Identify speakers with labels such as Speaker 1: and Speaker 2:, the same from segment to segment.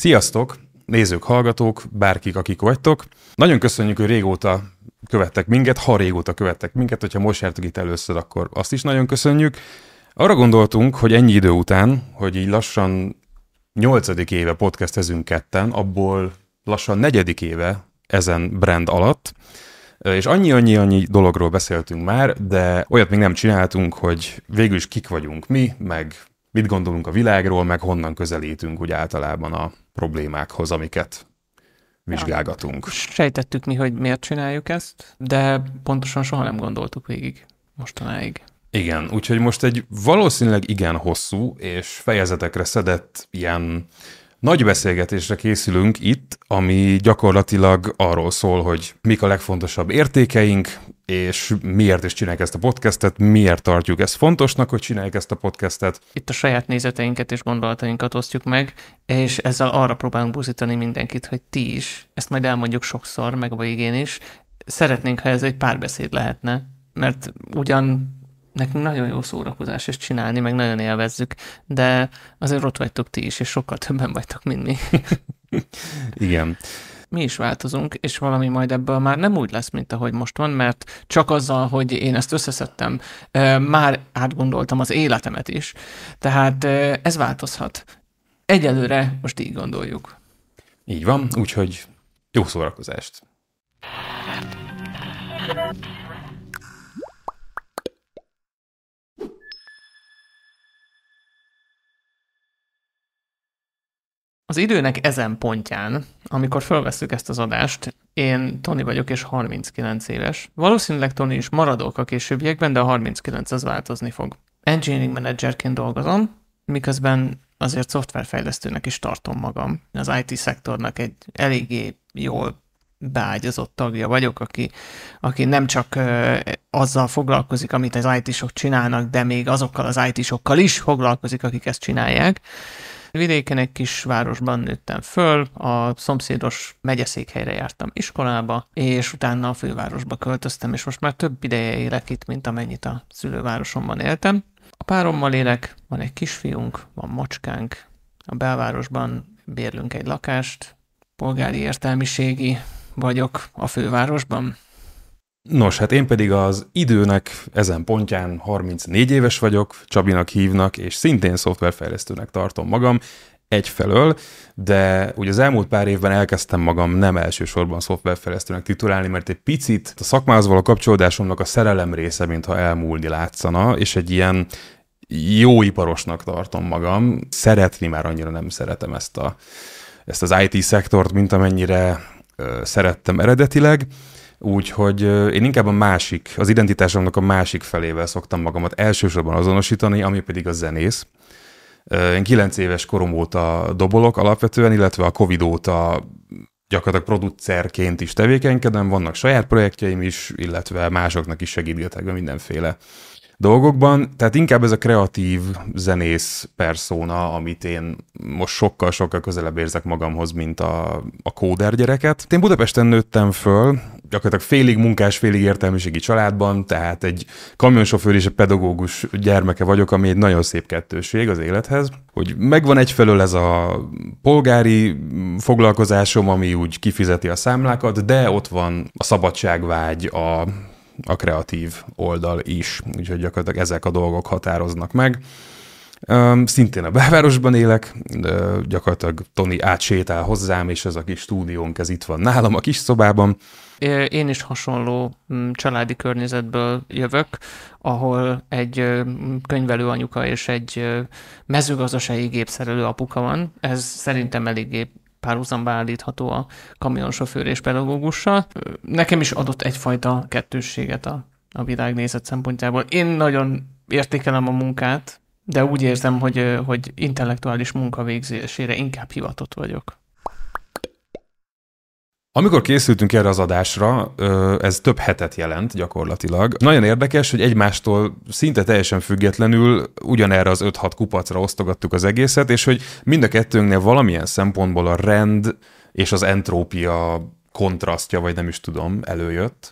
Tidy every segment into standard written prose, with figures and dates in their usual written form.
Speaker 1: Sziasztok, nézők, hallgatók, bárkik, akik vagytok. Nagyon köszönjük, hogy régóta követtek minket, ha régóta követtek minket, hogyha most jártok itt először, akkor azt is nagyon köszönjük. Arra gondoltunk, hogy ennyi idő után, hogy így lassan 8. éve podcastezünk ketten, abból lassan 4. éve ezen brand alatt, és annyi dologról beszéltünk már, de olyat még nem csináltunk, hogy végül is kik vagyunk mi, meg mit gondolunk a világról, meg honnan közelítünk úgy általában a problémákhoz, amiket vizsgálgatunk.
Speaker 2: Sejtettük mi, hogy miért csináljuk ezt, de pontosan soha nem gondoltuk végig mostanáig.
Speaker 1: Igen, úgyhogy most egy valószínűleg igen hosszú és fejezetekre szedett ilyen nagy beszélgetésre készülünk itt, ami gyakorlatilag arról szól, hogy mik a legfontosabb értékeink, és miért is csináljuk ezt a podcastet, miért tartjuk ezt fontosnak, hogy csináljuk ezt a podcastet.
Speaker 2: Itt a saját nézeteinket és gondolatainkat osztjuk meg, és ezzel arra próbálunk buzdítani mindenkit, hogy ti is, ezt majd elmondjuk sokszor, meg a végén is, szeretnénk, ha ez egy párbeszéd lehetne, mert ugyan nekünk nagyon jó szórakozás is csinálni, meg nagyon élvezzük, de azért ott vagytok ti is, és sokkal többen vagytok, mint mi.
Speaker 1: Igen.
Speaker 2: Mi is változunk, és valami majd ebből már nem úgy lesz, mint ahogy most van, mert csak azzal, hogy én ezt összeszedtem, már átgondoltam az életemet is. Tehát ez változhat. Egyelőre most így gondoljuk.
Speaker 1: Így van, úgyhogy jó szórakozást!
Speaker 2: Az időnek ezen pontján, amikor felvesszük ezt az adást, én Toni vagyok, és 39 éves. Valószínűleg Toni is maradok a későbbiekben, de a 39 az változni fog. Engineering managerként dolgozom, miközben azért szoftverfejlesztőnek is tartom magam. Az IT szektornak egy eléggé jól beágyazott tagja vagyok, aki nem csak azzal foglalkozik, amit az IT-sok csinálnak, de még azokkal az IT-sokkal is foglalkozik, akik ezt csinálják. Vidéken egy kis városban nőttem föl, a szomszédos megyeszékhelyre jártam iskolába, és utána a fővárosba költöztem, és most már több ideje élek itt, mint amennyit a szülővárosomban éltem. A párommal élek, van egy kisfiunk, van macskánk, a belvárosban bérlünk egy lakást, polgári értelmiségi vagyok a fővárosban.
Speaker 1: Nos, hát én pedig az időnek ezen pontján 34 éves vagyok, Csabinak hívnak, és szintén szoftverfejlesztőnek tartom magam egyfelől, de ugye az elmúlt pár évben elkezdtem magam nem elsősorban szoftverfejlesztőnek titulálni, mert egy picit a szakmához való kapcsolódásomnak a szerelem része, mintha elmúlni látszana, és egy ilyen jó iparosnak tartom magam. Szeretni már annyira nem szeretem ezt az IT szektort, mint amennyire szerettem eredetileg. Úgyhogy én inkább az identitásomnak a másik felével szoktam magamat elsősorban azonosítani, ami pedig a zenész. Én 9 éves korom óta dobolok alapvetően, illetve a Covid óta gyakorlatilag producerként is tevékenykedem, vannak saját projektjeim is, illetve másoknak is segítgetek be mindenféle dolgokban. Tehát inkább ez a kreatív zenész persona, amit én most sokkal-sokkal közelebb érzek magamhoz, mint a kóder gyereket. Én Budapesten nőttem föl, gyakorlatilag félig munkás, félig értelmiségi családban, tehát egy kamionsofőr és egy pedagógus gyermeke vagyok, ami egy nagyon szép kettőség az élethez, hogy megvan egyfelől ez a polgári foglalkozásom, ami úgy kifizeti a számlákat, de ott van a szabadságvágy, a kreatív oldal is, úgyhogy gyakorlatilag ezek a dolgok határoznak meg. Szintén a belvárosban élek, gyakorlatilag Toni átsétál hozzám, és ez a kis stúdiónk, ez itt van nálam a kis szobában.
Speaker 2: Én is hasonló családi környezetből jövök, ahol egy könyvelő anyuka és egy mezőgazdasági gépszerelő apuka van. Ez szerintem eléggé párhuzamba állítható a kamionsofőr és pedagógussal. Nekem is adott egyfajta kettősséget a világnézet szempontjából. Én nagyon értékelem a munkát, de úgy érzem, hogy intellektuális munka végzésére inkább hivatott vagyok.
Speaker 1: Amikor készültünk erre az adásra, ez több hetet jelent gyakorlatilag. Nagyon érdekes, hogy egymástól szinte teljesen függetlenül ugyanerre az 5-6 kupacra osztogattuk az egészet, és hogy mind a kettőnknél valamilyen szempontból a rend és az entrópia kontrasztja, vagy nem is tudom, előjött.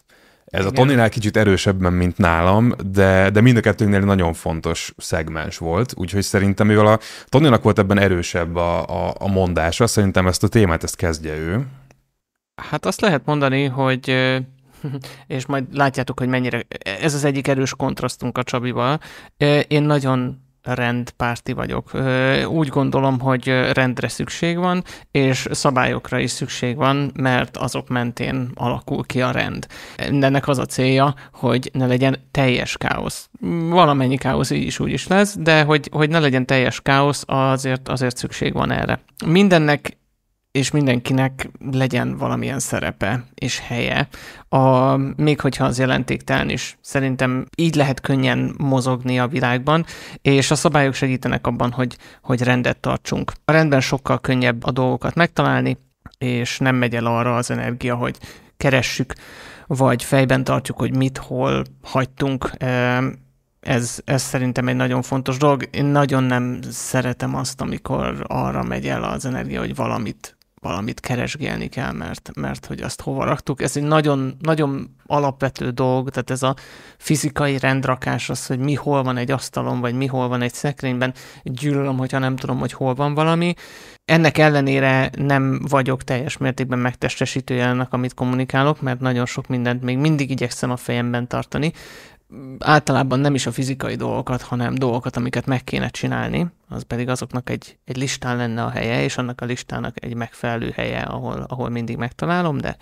Speaker 1: Ez a Toninál kicsit erősebben, mint nálam, de mind a kettőnknél nagyon fontos szegmens volt, úgyhogy szerintem, mivel a Toninak volt ebben erősebb a mondása, szerintem ezt a témát ezt kezdje ő.
Speaker 2: Hát azt lehet mondani, hogy és majd látjátok, hogy mennyire ez az egyik erős kontrasztunk a Csabival. Én nagyon rendpárti vagyok. Úgy gondolom, hogy rendre szükség van, és szabályokra is szükség van, mert azok mentén alakul ki a rend. Ennek az a célja, hogy ne legyen teljes káosz. Valamennyi káosz így is úgy is lesz, de hogy ne legyen teljes káosz, azért szükség van erre. Mindennek és mindenkinek legyen valamilyen szerepe és helye, még hogyha az jelentéktelen is. Szerintem így lehet könnyen mozogni a világban, és a szabályok segítenek abban, hogy rendet tartsunk. A rendben sokkal könnyebb a dolgokat megtalálni, és nem megy el arra az energia, hogy keressük, vagy fejben tartjuk, hogy mit, hol hagytunk. Ez szerintem egy nagyon fontos dolog. Én nagyon nem szeretem azt, amikor arra megy el az energia, hogy valamit keresgélni kell, mert hogy azt hova raktuk. Ez egy nagyon, nagyon alapvető dolog, tehát ez a fizikai rendrakás, az, hogy mi hol van egy asztalon, vagy mi hol van egy szekrényben, gyűlölöm, hogyha nem tudom, hogy hol van valami. Ennek ellenére nem vagyok teljes mértékben megtestesítője ennek, amit kommunikálok, mert nagyon sok mindent még mindig igyekszem a fejemben tartani. Általában nem is a fizikai dolgokat, hanem dolgokat, amiket meg kéne csinálni, az pedig azoknak egy listán lenne a helye, és annak a listának egy megfelelő helye, ahol mindig megtalálom, de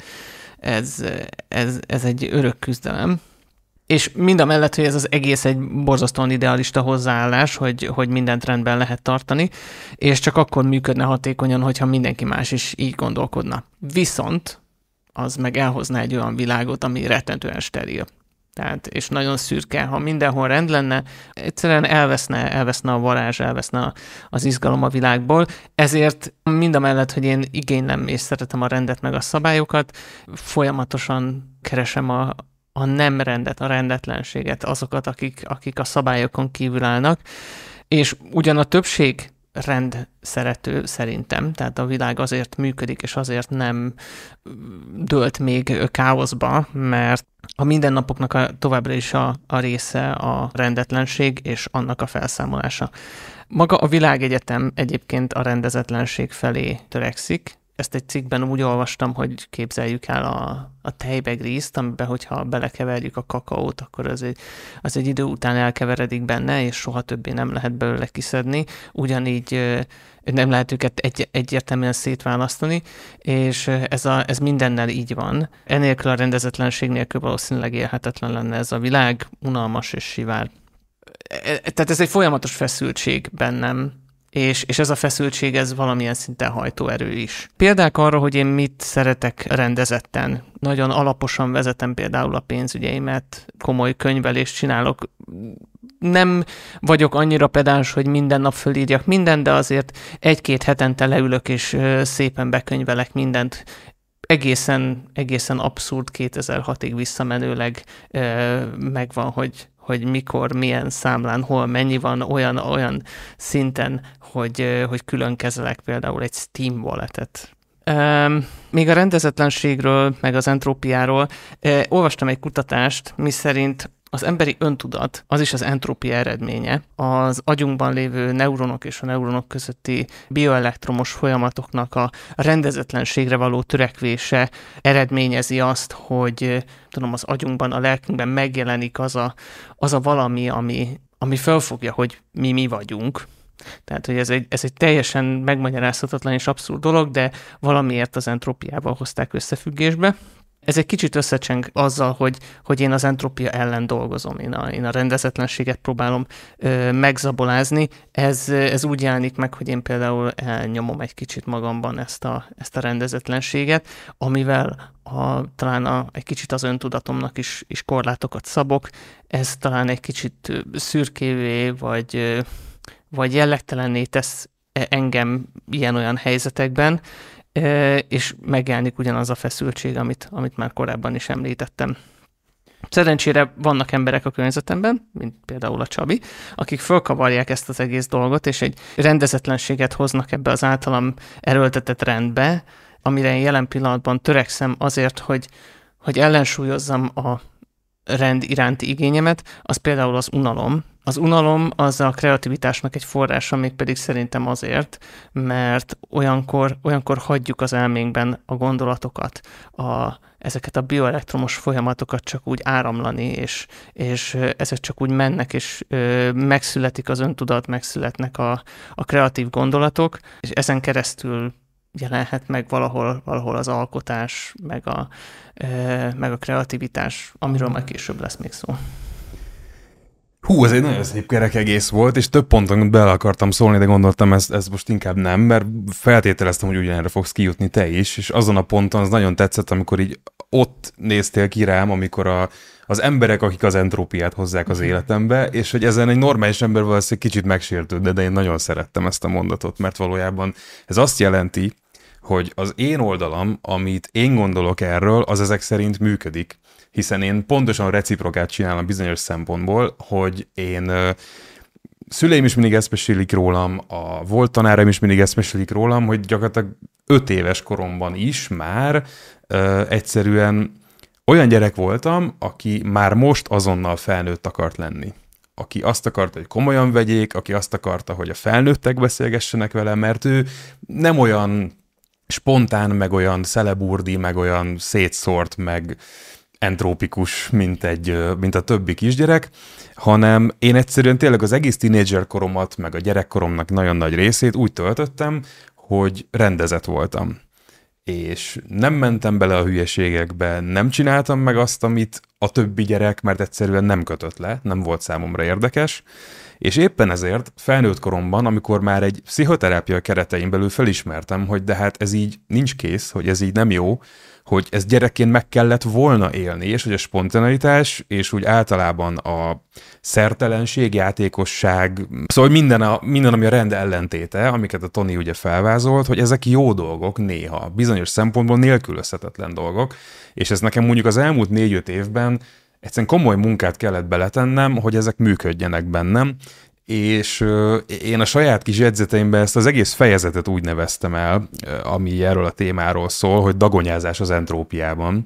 Speaker 2: ez egy örök küzdelem. És mind a mellett, hogy ez az egész egy borzasztóan idealista hozzáállás, hogy mindent rendben lehet tartani, és csak akkor működne hatékonyan, hogyha mindenki más is így gondolkodna. Viszont az meg elhozna egy olyan világot, ami rettentően steril. Tehát, és nagyon szürke, ha mindenhol rend lenne, egyszerűen elveszne a varázs, elveszne az izgalom a világból. Ezért mindamellett, hogy én igénylem és szeretem a rendet meg a szabályokat, folyamatosan keresem a nem rendet, a rendetlenséget, azokat, akik a szabályokon kívül állnak, és ugyan a többség rend szerető szerintem, tehát a világ azért működik, és azért nem dőlt még káoszba, mert a mindennapoknak továbbra is a része a rendetlenség és annak a felszámolása. Maga a világegyetem egyébként a rendezetlenség felé törekszik. Ezt egy cikkben úgy olvastam, hogy képzeljük el a tejbegrízt, amiben, hogyha belekeverjük a kakaót, akkor az egy idő után elkeveredik benne, és soha többé nem lehet belőle kiszedni. Ugyanígy nem lehet őket egyértelműen szétválasztani, és ez mindennel így van. Enélkül a rendezetlenség nélkül valószínűleg élhetetlen lenne ez a világ, unalmas és sivár. Tehát ez egy folyamatos feszültség bennem, és ez a feszültség, ez valamilyen szinten hajtóerő is. Példák arra, hogy én mit szeretek rendezetten. Nagyon alaposan vezetem például a pénzügyeimet, komoly könyvelést csinálok. Nem vagyok annyira pedáns, hogy minden nap fölírjak mindent, de azért 1-2 hetente leülök, és szépen bekönyvelek mindent. Egészen abszurd 2006-ig visszamenőleg megvan, hogy mikor, milyen számlán, hol, mennyi van, olyan szinten, hogy külön kezelek például egy Steam walletet. Még a rendezetlenségről, meg az entrópiáról olvastam egy kutatást, miszerint az emberi öntudat, az is az entrópia eredménye. Az agyunkban lévő neuronok és a neuronok közötti bioelektromos folyamatoknak a rendezetlenségre való törekvése eredményezi azt, hogy az agyunkban, a lelkünkben megjelenik az a valami, ami felfogja, hogy mi vagyunk. Tehát, hogy ez egy teljesen megmagyarázhatatlan és abszurd dolog, de valamiért az entrópiával hozták összefüggésbe. Ez egy kicsit összecseng azzal, hogy én az entrópia ellen dolgozom, én a rendezetlenséget próbálom megzabolázni. Ez úgy jelenik meg, hogy én például elnyomom egy kicsit magamban ezt a rendezetlenséget, amivel talán egy kicsit az öntudatomnak is korlátokat szabok. Ez talán egy kicsit szürkévé, vagy jellegtelenné tesz engem ilyen-olyan helyzetekben, és megjelenik ugyanaz a feszültség, amit már korábban is említettem. Szerencsére vannak emberek a környezetemben, mint például a Csabi, akik fölkavarják ezt az egész dolgot, és egy rendezetlenséget hoznak ebbe az általam erőltetett rendbe, amire én jelen pillanatban törekszem azért, hogy ellensúlyozzam rend iránti igényemet, az például az unalom. Az unalom az a kreativitásnak egy forrása, mégpedig szerintem azért, mert olyankor hagyjuk az elménkben a gondolatokat, ezeket a bioelektromos folyamatokat csak úgy áramlani, és ezek csak úgy mennek, és megszületik az öntudat, megszületnek a kreatív gondolatok, és ezen keresztül jelenhet meg valahol az alkotás, meg a kreativitás, amiről majd később lesz még szó.
Speaker 1: Hú, ez egy nagyon szép kerek egész volt, és több ponton bele akartam szólni, de gondoltam, ez most inkább nem, mert feltételeztem, hogy ugyanerre fogsz kijutni te is, és azon a ponton az nagyon tetszett, amikor így ott néztél ki rám, amikor az emberek, akik az entrópiát hozzák az életembe, és hogy ezen egy normális ember valószínűleg kicsit megsértődne, de én nagyon szerettem ezt a mondatot, mert valójában ez azt jelenti, hogy az én oldalam, amit én gondolok erről, az ezek szerint működik, hiszen én pontosan reciprokát csinálom bizonyos szempontból, hogy én szüleim is mindig ezt mesélik rólam, a volt tanáraim is mindig ezt mesélik rólam, hogy gyakorlatilag 5 éves koromban is már egyszerűen olyan gyerek voltam, aki már most azonnal felnőtt akart lenni. Aki azt akarta, hogy komolyan vegyék, aki azt akarta, hogy a felnőttek beszélgessenek vele, mert ő nem olyan spontán, meg olyan szeleburdi, meg olyan szétszórt, meg entrópikus, mint a többi kisgyerek, hanem én egyszerűen tényleg az egész tínédzser koromat, meg a gyerekkoromnak nagyon nagy részét úgy töltöttem, hogy rendezett voltam. És nem mentem bele a hülyeségekbe, nem csináltam meg azt, amit a többi gyerek, mert egyszerűen nem kötött le, nem volt számomra érdekes, és éppen ezért felnőtt koromban, amikor már egy pszichoterápia keretein belül felismertem, hogy de hát ez így nincs kész, hogy ez így nem jó, hogy ez gyerekként meg kellett volna élni, és hogy a spontaneitás, és úgy általában a szertelenség, játékosság, szóval minden, ami a rend ellentéte, amiket a Toni ugye felvázolt, hogy ezek jó dolgok néha, bizonyos szempontból nélkülözhetetlen dolgok, és ez nekem mondjuk az elmúlt 4-5 évben egyszerűen komoly munkát kellett beletennem, hogy ezek működjenek bennem, és én a saját kis jegyzeteimben ezt az egész fejezetet úgy neveztem el, ami erről a témáról szól, hogy dagonyázás az entrópiában.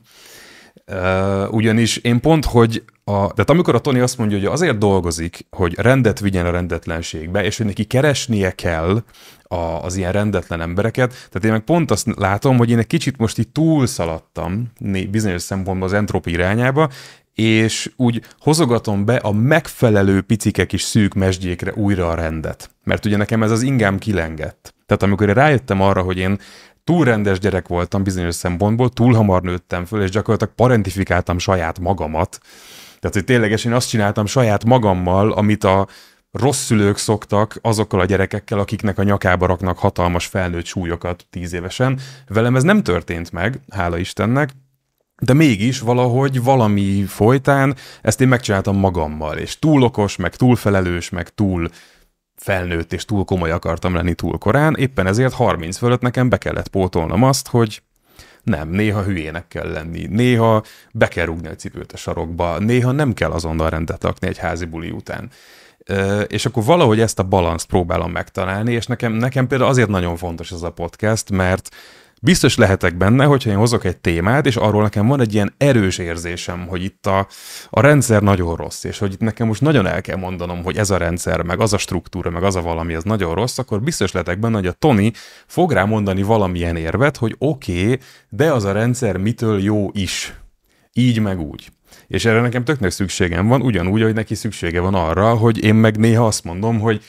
Speaker 1: Ugyanis én pont, hogy tehát amikor a Toni azt mondja, hogy azért dolgozik, hogy rendet vigyen a rendetlenségbe, és hogy neki keresnie kell az ilyen rendetlen embereket, tehát én meg pont azt látom, hogy én egy kicsit most így túlszaladtam bizonyos szempontból az entrópia irányába, és úgy hozogatom be a megfelelő picike kis szűk mesdjékre újra a rendet. Mert ugye nekem ez az ingám kilengett. Tehát amikor én rájöttem arra, hogy én túl rendes gyerek voltam bizonyos szempontból, túl hamar nőttem föl, és gyakorlatilag parentifikáltam saját magamat. Tehát, hogy ténylegesen azt csináltam saját magammal, amit a rossz szülők szoktak azokkal a gyerekekkel, akiknek a nyakába raknak hatalmas felnőtt súlyokat 10 évesen. Velem ez nem történt meg, hála Istennek, de mégis valahogy valami folytán ezt én megcsináltam magammal, és túl okos, meg túl felelős, meg túl felnőtt, és túl komoly akartam lenni túl korán, éppen ezért 30 fölött nekem be kellett pótolnom azt, hogy nem, néha hülyének kell lenni, néha be kell rúgni a cipőt a sarokba, néha nem kell azonnal rendet rakni egy házi buli után. És akkor valahogy ezt a balanszt próbálom megtalálni, és nekem például azért nagyon fontos ez a podcast, mert biztos lehetek benne, hogyha én hozok egy témát, és arról nekem van egy ilyen erős érzésem, hogy itt a rendszer nagyon rossz, és hogy itt nekem most nagyon el kell mondanom, hogy ez a rendszer, meg az a struktúra, meg az a valami, az nagyon rossz, akkor biztos lehetek benne, hogy a Toni fog rá mondani valamilyen érvet, hogy oké, de az a rendszer mitől jó is. Így meg úgy. És erre nekem töknek szükségem van, ugyanúgy, hogy neki szüksége van arra, hogy én meg néha azt mondom, hogy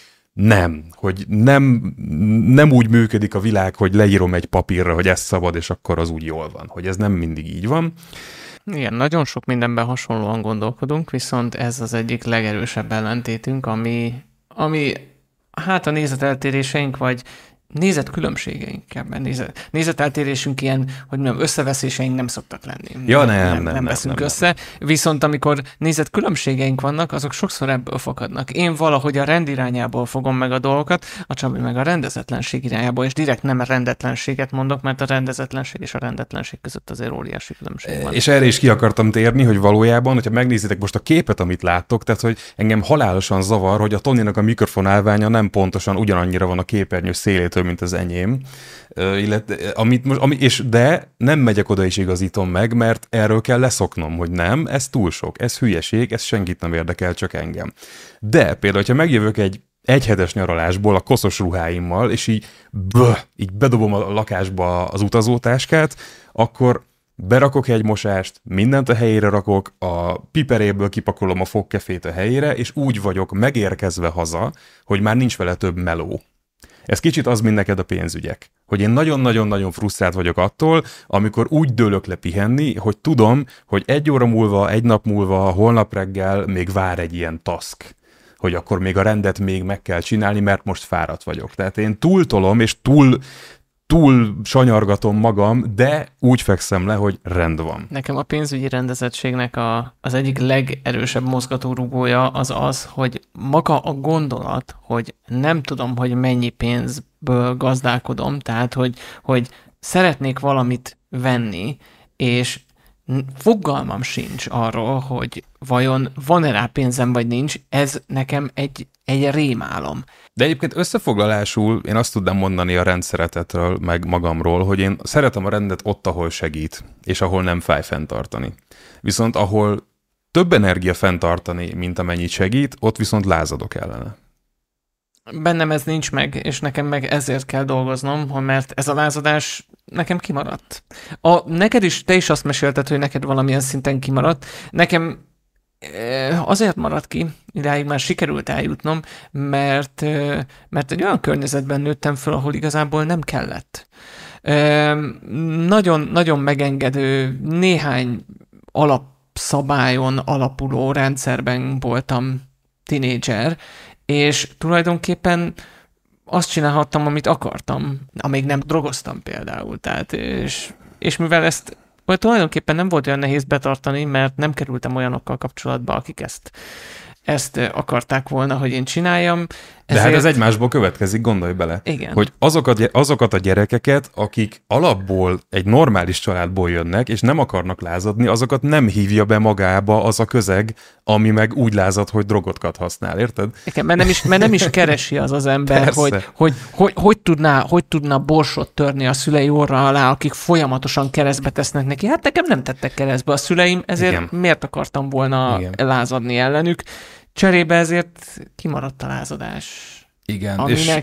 Speaker 1: nem úgy működik a világ, hogy leírom egy papírra, hogy ez szabad, és akkor az úgy jól van. Hogy ez nem mindig így van.
Speaker 2: Igen, nagyon sok mindenben hasonlóan gondolkodunk, viszont ez az egyik legerősebb ellentétünk, ami hát a nézeteltéréseink, vagy nézetkülönbségeink, nézeteltérésünk ilyen, hogy mondjam, összeveszéseink nem szoktak lenni.
Speaker 1: Ja, nem
Speaker 2: veszünk össze. Viszont amikor nézetkülönbségeink vannak, azok sokszor ebből fakadnak. Én valahogy a rend irányából fogom meg a dolgokat, a Csabi meg a rendezetlenség irányából, és direkt nem a rendetlenséget mondok, mert a rendezetlenség és a rendetlenség között azért óriási különbség van.
Speaker 1: És erre is ki akartam térni, hogy valójában, hogyha megnézitek most a képet, amit láttok, tehát hogy engem halálosan zavar, hogy a Toninak a mikrofon állványa nem pontosan ugyanannyira van a képernyő szélétől, több, mint az enyém. De nem megyek oda és igazítom meg, mert erről kell leszoknom, hogy nem, ez túl sok, ez hülyeség, ez senkit nem érdekel, csak engem. De például, ha megjövök egy egyhetes nyaralásból a koszos ruháimmal, és így bedobom a lakásba az utazótáskát, akkor berakok egy mosást, mindent a helyére rakok, a piperéből kipakolom a fogkefét a helyére, és úgy vagyok megérkezve haza, hogy már nincs vele több meló. Ez kicsit az, mint neked a pénzügyek. Hogy én nagyon-nagyon-nagyon frusztrált vagyok attól, amikor úgy dőlök le pihenni, hogy tudom, hogy 1 óra múlva, 1 nap múlva, holnap reggel még vár egy ilyen task, hogy akkor még a rendet még meg kell csinálni, mert most fáradt vagyok. Tehát én túltolom, és túl sanyargatom magam, de úgy fekszem le, hogy rend van.
Speaker 2: Nekem a pénzügyi rendezettségnek az egyik legerősebb mozgatórugója az, hogy maga a gondolat, hogy nem tudom, hogy mennyi pénzből gazdálkodom, tehát hogy szeretnék valamit venni, és fogalmam sincs arról, hogy vajon van-e rá pénzem, vagy nincs, ez nekem egy rémálom.
Speaker 1: De egyébként összefoglalásul én azt tudnám mondani a rendszeretetről, meg magamról, hogy én szeretem a rendet ott, ahol segít, és ahol nem fáj fenntartani. Viszont ahol több energia fenntartani, mint amennyit segít, ott viszont lázadok ellene.
Speaker 2: Bennem ez nincs meg, és nekem meg ezért kell dolgoznom, mert ez a lázadás nekem kimaradt. Te is azt mesélted, hogy neked valamilyen szinten kimaradt. Nekem azért maradt ki, idáig már sikerült eljutnom, mert egy olyan környezetben nőttem föl, ahol igazából nem kellett. Nagyon, nagyon megengedő, néhány alapszabályon alapuló rendszerben voltam tinédzser, és tulajdonképpen azt csinálhattam, amit akartam, amíg nem drogoztam például. Tehát, és mivel ezt tulajdonképpen nem volt olyan nehéz betartani, mert nem kerültem olyanokkal kapcsolatba, akik ezt akarták volna, hogy én csináljam.
Speaker 1: De hát ez egymásból következik, gondolj bele.
Speaker 2: Igen.
Speaker 1: Hogy azokat a gyerekeket, akik alapból egy normális családból jönnek, és nem akarnak lázadni, azokat nem hívja be magába az a közeg, ami meg úgy lázad, hogy drogokat használ, érted?
Speaker 2: Igen, mert nem is keresi az ember, hogy tudná borsot törni a szülei orra alá, akik folyamatosan keresztbe tesznek neki. Hát nekem nem tettek keresztbe a szüleim, ezért igen. Miért akartam volna lázadni ellenük? Cserébe ezért kimaradt a lázadás.
Speaker 1: Igen.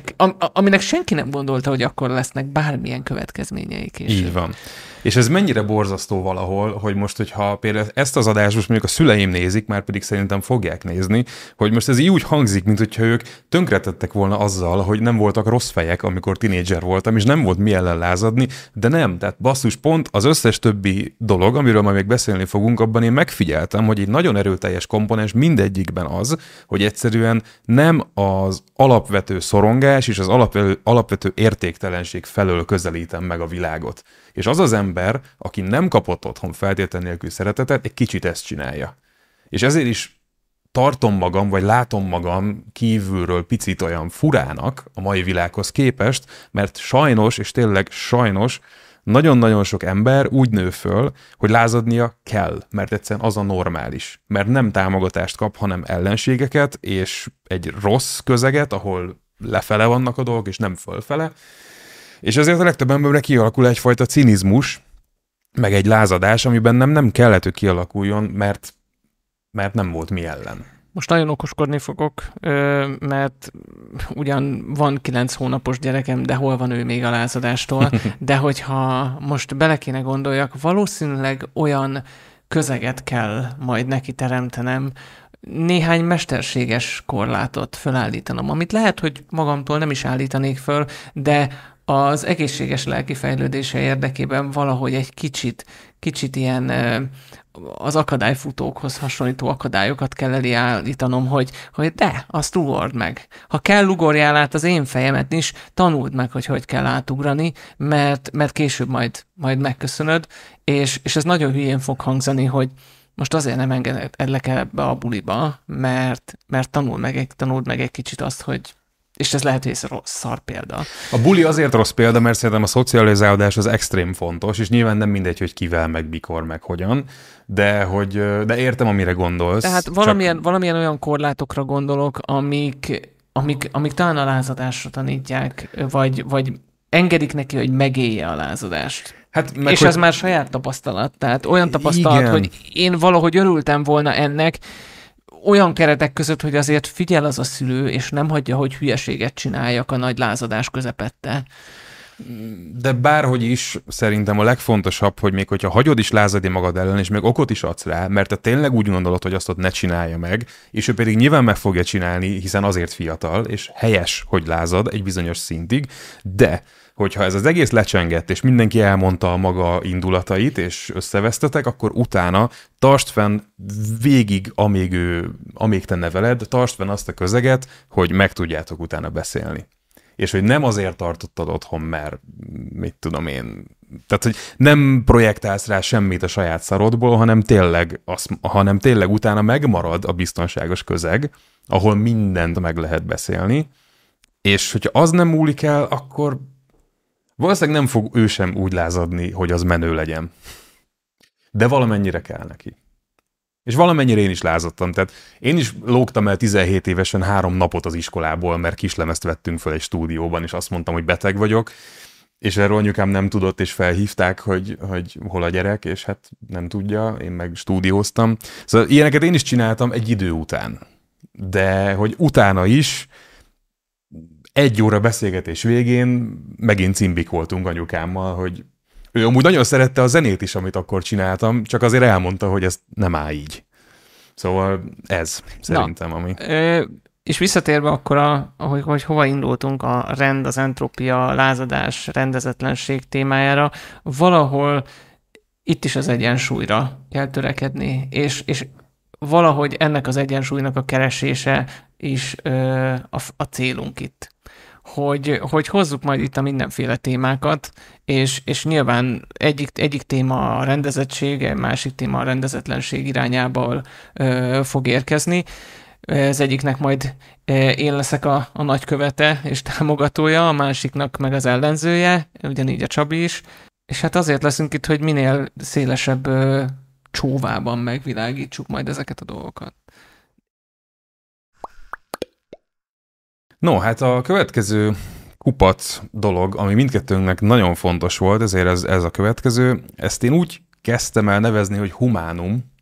Speaker 2: Aminek senki nem gondolta, hogy akkor lesznek bármilyen következményei később.
Speaker 1: Így van. És ez mennyire borzasztó valahol, hogy most, hogyha például ezt az adást most mondjuk a szüleim nézik, már pedig szerintem fogják nézni, hogy most ez így úgy hangzik, mint hogyha ők tönkretettek volna azzal, hogy nem voltak rossz fejek, amikor tinédzser voltam, és nem volt mi ellen lázadni, de nem. Tehát basszus, pont az összes többi dolog, amiről majd még beszélni fogunk, abban én megfigyeltem, hogy egy nagyon erőteljes komponens mindegyikben az, hogy egyszerűen nem az alapvető szorongás és az alapvető értéktelenség felől közelítem meg a világot. És az ember, aki nem kapott otthon feltétlen nélkül szeretetet, egy kicsit ezt csinálja. És ezért is tartom magam, vagy látom magam kívülről picit olyan furának a mai világhoz képest, mert sajnos, és tényleg sajnos, nagyon-nagyon sok ember úgy nő föl, hogy lázadnia kell, mert egyszerűen az a normális. Mert nem támogatást kap, hanem ellenségeket, és egy rossz közeget, ahol lefele vannak a dolgok, és nem fölfele. És ezért a legtöbb embernek kialakul egyfajta cinizmus, meg egy lázadás, amiben nem kellett, hogy kialakuljon, mert nem volt mi ellen.
Speaker 2: Most nagyon okoskodni fogok, mert ugyan van 9 hónapos gyerekem, de hol van ő még a lázadástól, de hogyha most bele kéne gondoljak, valószínűleg olyan közeget kell majd neki teremtenem, néhány mesterséges korlátot felállítanom, amit lehet, hogy magamtól nem is állítanék föl, de az egészséges lelki fejlődése érdekében valahogy egy kicsit ilyen az akadályfutókhoz hasonlító akadályokat kell elé állítanom, hogy de, azt ugord meg. Ha kell, ugorjál át az én fejemet is, tanuld meg, hogy kell átugrani, mert később majd megköszönöd, és ez nagyon hülyén fog hangzani, hogy most azért nem engedlek ebbe a buliba, mert tanuld meg egy kicsit azt, hogy és ez lehet, hogy ez rossz szar példa.
Speaker 1: A buli azért rossz példa, mert szerintem a szocializálódás az extrém fontos, és nyilván nem mindegy, hogy kivel, meg mikor, meg hogyan, de értem, amire gondolsz.
Speaker 2: Tehát valamilyen olyan korlátokra gondolok, amik talán a lázadásra tanítják, vagy engedik neki, hogy megélje a lázadást.
Speaker 1: Hát,
Speaker 2: és ez már saját tapasztalat. Tehát olyan tapasztalat, igen, hogy én valahogy örültem volna ennek, olyan keretek között, hogy azért figyel az a szülő, és nem hagyja, hogy hülyeséget csináljak a nagy lázadás közepette.
Speaker 1: De bárhogy is szerintem a legfontosabb, hogy még hogyha hagyod is lázadni magad ellen, és még okot is adsz rá, mert te tényleg úgy gondolod, hogy azt ott ne csinálja meg, és ő pedig nyilván meg fogja csinálni, hiszen azért fiatal, és helyes, hogy lázad egy bizonyos szintig, de hogyha ez az egész lecsengett, és mindenki elmondta a maga indulatait, és összevesztetek, akkor utána tartsd fenn végig, amíg te neveled, tartsd fenn azt a közeget, hogy meg tudjátok utána beszélni. És hogy nem azért tartottad otthon, mert mit tudom én, tehát hogy nem projektálsz rá semmit a saját szarodból, hanem tényleg utána megmarad a biztonságos közeg, ahol mindent meg lehet beszélni, és hogyha az nem múlik el, akkor valószínűleg nem fog ő sem úgy lázadni, hogy az menő legyen. De valamennyire kell neki. És valamennyire én is lázadtam. Tehát én is lógtam el 17 évesen 3 napot az iskolából, mert kislemezt vettünk fel egy stúdióban, és azt mondtam, hogy beteg vagyok, és erről anyukám nem tudott, és felhívták, hogy hol a gyerek, és hát nem tudja, én meg stúdióztam. Szóval ilyeneket én is csináltam egy idő után. De hogy utána is 1 óra beszélgetés végén megint cimbik voltunk anyukámmal, hogy ő amúgy nagyon szerette a zenét is, amit akkor csináltam, csak azért elmondta, hogy ez nem áll így. Szóval ez szerintem, ami...
Speaker 2: És visszatérve akkor, hogy hova indultunk, a rend, az entrópia, a lázadás, rendezetlenség témájára, valahol itt is az egyensúlyra kell törekedni, és valahogy ennek az egyensúlynak a keresése is a célunk itt. Hogy hozzuk majd itt a mindenféle témákat, és nyilván egyik téma a rendezettség, másik téma a rendezetlenség irányából fog érkezni. Az egyiknek majd én leszek a nagykövete és támogatója, a másiknak meg az ellenzője, ugyanígy a Csabi is. És hát azért leszünk itt, hogy minél szélesebb csóvában megvilágítsuk majd ezeket a dolgokat.
Speaker 1: No, hát a következő kupac dolog, ami mindkettőnknek nagyon fontos volt, ezért ez a következő, ezt én úgy kezdtem el nevezni, hogy humánum,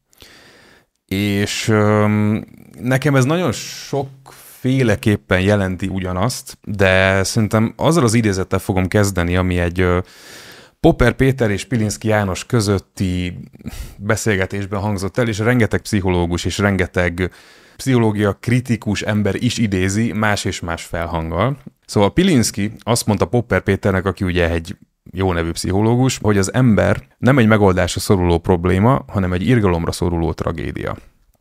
Speaker 1: és nekem ez nagyon sokféleképpen jelenti ugyanazt, de szerintem azzal az idézettel fogom kezdeni, ami egy Popper Péter és Pilinszky János közötti beszélgetésben hangzott el, és rengeteg pszichológus és rengeteg pszichológia kritikus ember is idézi más és más felhanggal. Szóval Pilinszky azt mondta Popper Péternek, aki ugye egy jó nevű pszichológus, hogy az ember nem egy megoldásra szoruló probléma, hanem egy irgalomra szoruló tragédia.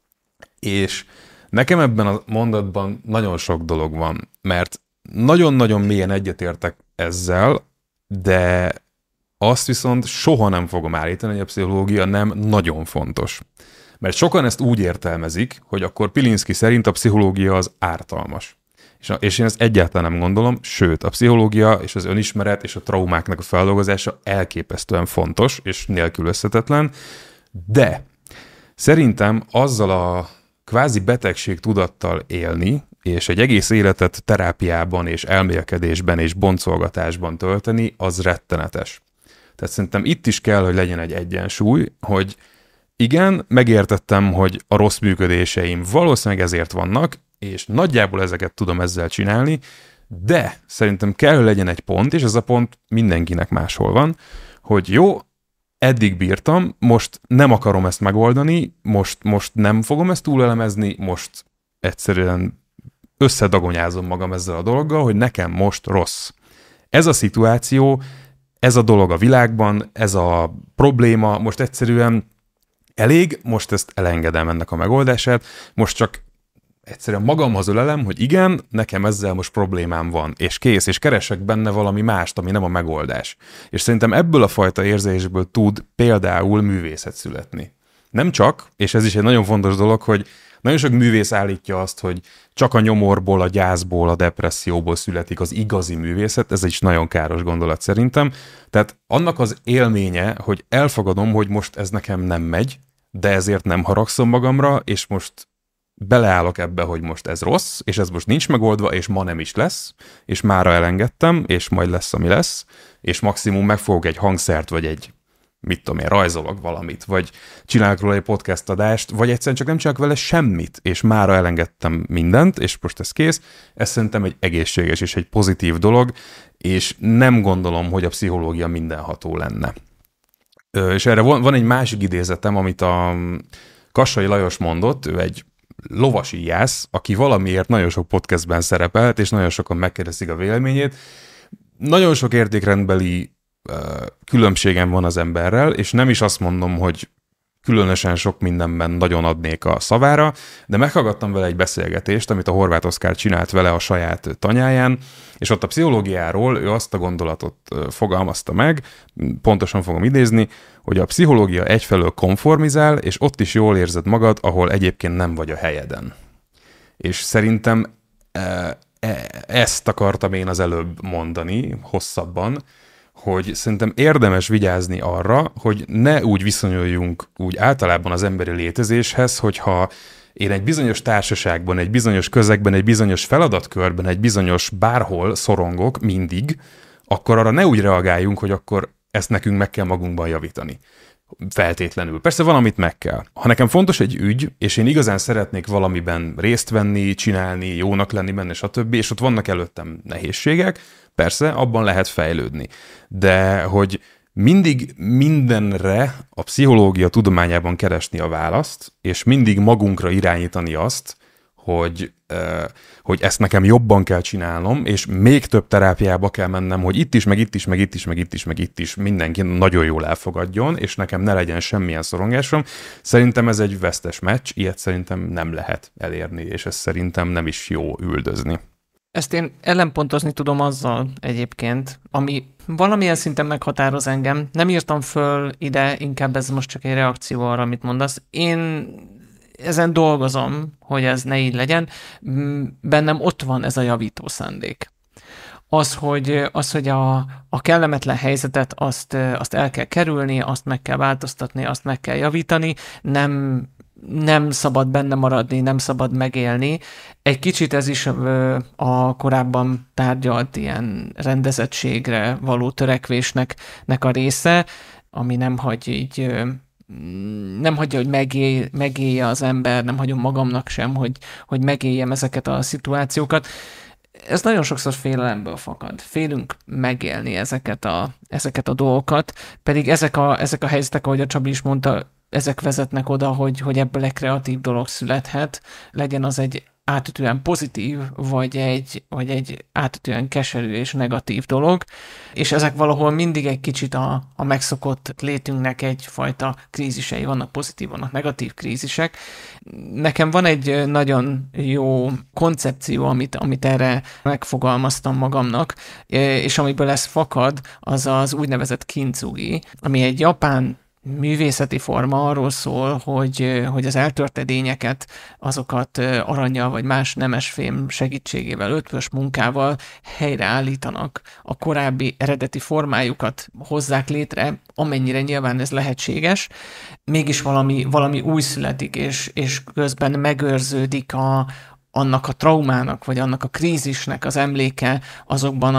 Speaker 1: És nekem ebben a mondatban nagyon sok dolog van, mert nagyon-nagyon mélyen egyetértek ezzel, de azt viszont soha nem fogom állítani, hogy a pszichológia nem nagyon fontos. Mert sokan ezt úgy értelmezik, hogy akkor Pilinszky szerint a pszichológia az ártalmas. És én ezt egyáltalán nem gondolom, sőt, a pszichológia és az önismeret és a traumáknak a feldolgozása elképesztően fontos és nélkülözhetetlen, de szerintem azzal a kvázi betegség tudattal élni, és egy egész életet terápiában és elmélkedésben és boncolgatásban tölteni, az rettenetes. Tehát szerintem itt is kell, hogy legyen egy egyensúly, hogy igen, megértettem, hogy a rossz működéseim valószínűleg ezért vannak, és nagyjából ezeket tudom ezzel csinálni, de szerintem kell, hogy legyen egy pont, és ez a pont mindenkinek máshol van, hogy jó, eddig bírtam, most nem akarom ezt megoldani, most nem fogom ezt túlelemezni, most egyszerűen összedagonyázom magam ezzel a dologgal, hogy nekem most rossz. Ez a szituáció, ez a dolog a világban, ez a probléma, most egyszerűen elég, most ezt elengedem ennek a megoldását, most csak egyszerűen magamhoz ölelem, hogy igen, nekem ezzel most problémám van, és kész, és keresek benne valami mást, ami nem a megoldás. És szerintem ebből a fajta érzésből tud például művészet születni. Nem csak, és ez is egy nagyon fontos dolog, hogy nagyon sok művész állítja azt, hogy csak a nyomorból, a gyászból, a depresszióból születik az igazi művészet, ez is nagyon káros gondolat szerintem. Tehát annak az élménye, hogy elfogadom, hogy most ez nekem nem megy, de ezért nem haragszom magamra, és most beleállok ebbe, hogy most ez rossz, és ez most nincs megoldva, és ma nem is lesz, és mára elengedtem, és majd lesz, ami lesz, és maximum megfogok egy hangszert, vagy egy, mit tudom én, rajzolok valamit, vagy csinálok róla egy podcast adást, vagy egyszerűen csak nem csinálok vele semmit, és mára elengedtem mindent, és most ez kész. Ez szerintem egy egészséges és egy pozitív dolog, és nem gondolom, hogy a pszichológia mindenható lenne. És erre van egy másik idézetem, amit a Kassai Lajos mondott, ő egy lovasíjász, aki valamiért nagyon sok podcastben szerepelt, és nagyon sokan megkérdezik a véleményét. Nagyon sok értékrendbeli különbségem van az emberrel, és nem is azt mondom, hogy különösen sok mindenben nagyon adnék a szavára, de meghallgattam vele egy beszélgetést, amit a Horváth Oszkár csinált vele a saját tanyáján, és ott a pszichológiáról ő azt a gondolatot fogalmazta meg, pontosan fogom idézni, hogy a pszichológia egyfelől konformizál, és ott is jól érzed magad, ahol egyébként nem vagy a helyeden. És szerintem ezt akartam én az előbb mondani, hosszabban, hogy szerintem érdemes vigyázni arra, hogy ne úgy viszonyuljunk úgy általában az emberi létezéshez, hogyha én egy bizonyos társaságban, egy bizonyos közegben, egy bizonyos feladatkörben, egy bizonyos bárhol szorongok mindig, akkor arra ne úgy reagáljunk, hogy akkor ezt nekünk meg kell magunkban javítani. Feltétlenül. Persze valamit meg kell. Ha nekem fontos egy ügy, és én igazán szeretnék valamiben részt venni, csinálni, jónak lenni benne, stb., és ott vannak előttem nehézségek, persze, abban lehet fejlődni. De hogy mindig mindenre a pszichológia tudományában keresni a választ, és mindig magunkra irányítani azt, hogy ezt nekem jobban kell csinálnom, és még több terápiába kell mennem, hogy itt is, meg itt is, meg itt is, meg itt is, meg itt is mindenki nagyon jól elfogadjon, és nekem ne legyen semmilyen szorongásom. Szerintem ez egy vesztes meccs, ilyet szerintem nem lehet elérni, és ez szerintem nem is jó üldözni.
Speaker 2: Ezt én ellenpontozni tudom azzal egyébként, ami valamilyen szinten meghatároz engem. Nem írtam föl ide, inkább ez most csak egy reakció arra, amit mondasz. Én ezen dolgozom, hogy ez ne így legyen. Bennem ott van ez a javító szándék. Az, hogy a kellemetlen helyzetet azt el kell kerülni, azt meg kell változtatni, azt meg kell javítani, nem szabad benne maradni, nem szabad megélni. Egy kicsit ez is a korábban tárgyalt ilyen rendezettségre való törekvésnek a része, ami nem hagyja, hogy megélje az ember, nem hagyom magamnak sem, hogy megéljem ezeket a szituációkat. Ez nagyon sokszor félelemből fakad. Félünk megélni ezeket a dolgokat, pedig ezek a helyzetek, ahogy a Csabi is mondta, ezek vezetnek oda, hogy ebből egy kreatív dolog születhet, legyen az egy átütően pozitív, vagy egy átütően keserű és negatív dolog, és ezek valahol mindig egy kicsit a megszokott létünknek egyfajta krízisei, vannak pozitív, vannak negatív krízisek. Nekem van egy nagyon jó koncepció, amit erre megfogalmaztam magamnak, és amiből ez fakad, az az úgynevezett kintsugi, ami egy japán művészeti forma, arról szól, hogy az eltört edényeket, azokat arannyal vagy más nemesfém segítségével, ötvös munkával helyreállítanak, a korábbi eredeti formájukat hozzák létre, amennyire nyilván ez lehetséges, mégis valami új születik, és közben megőrződik annak a traumának, vagy annak a krízisnek az emléke azokban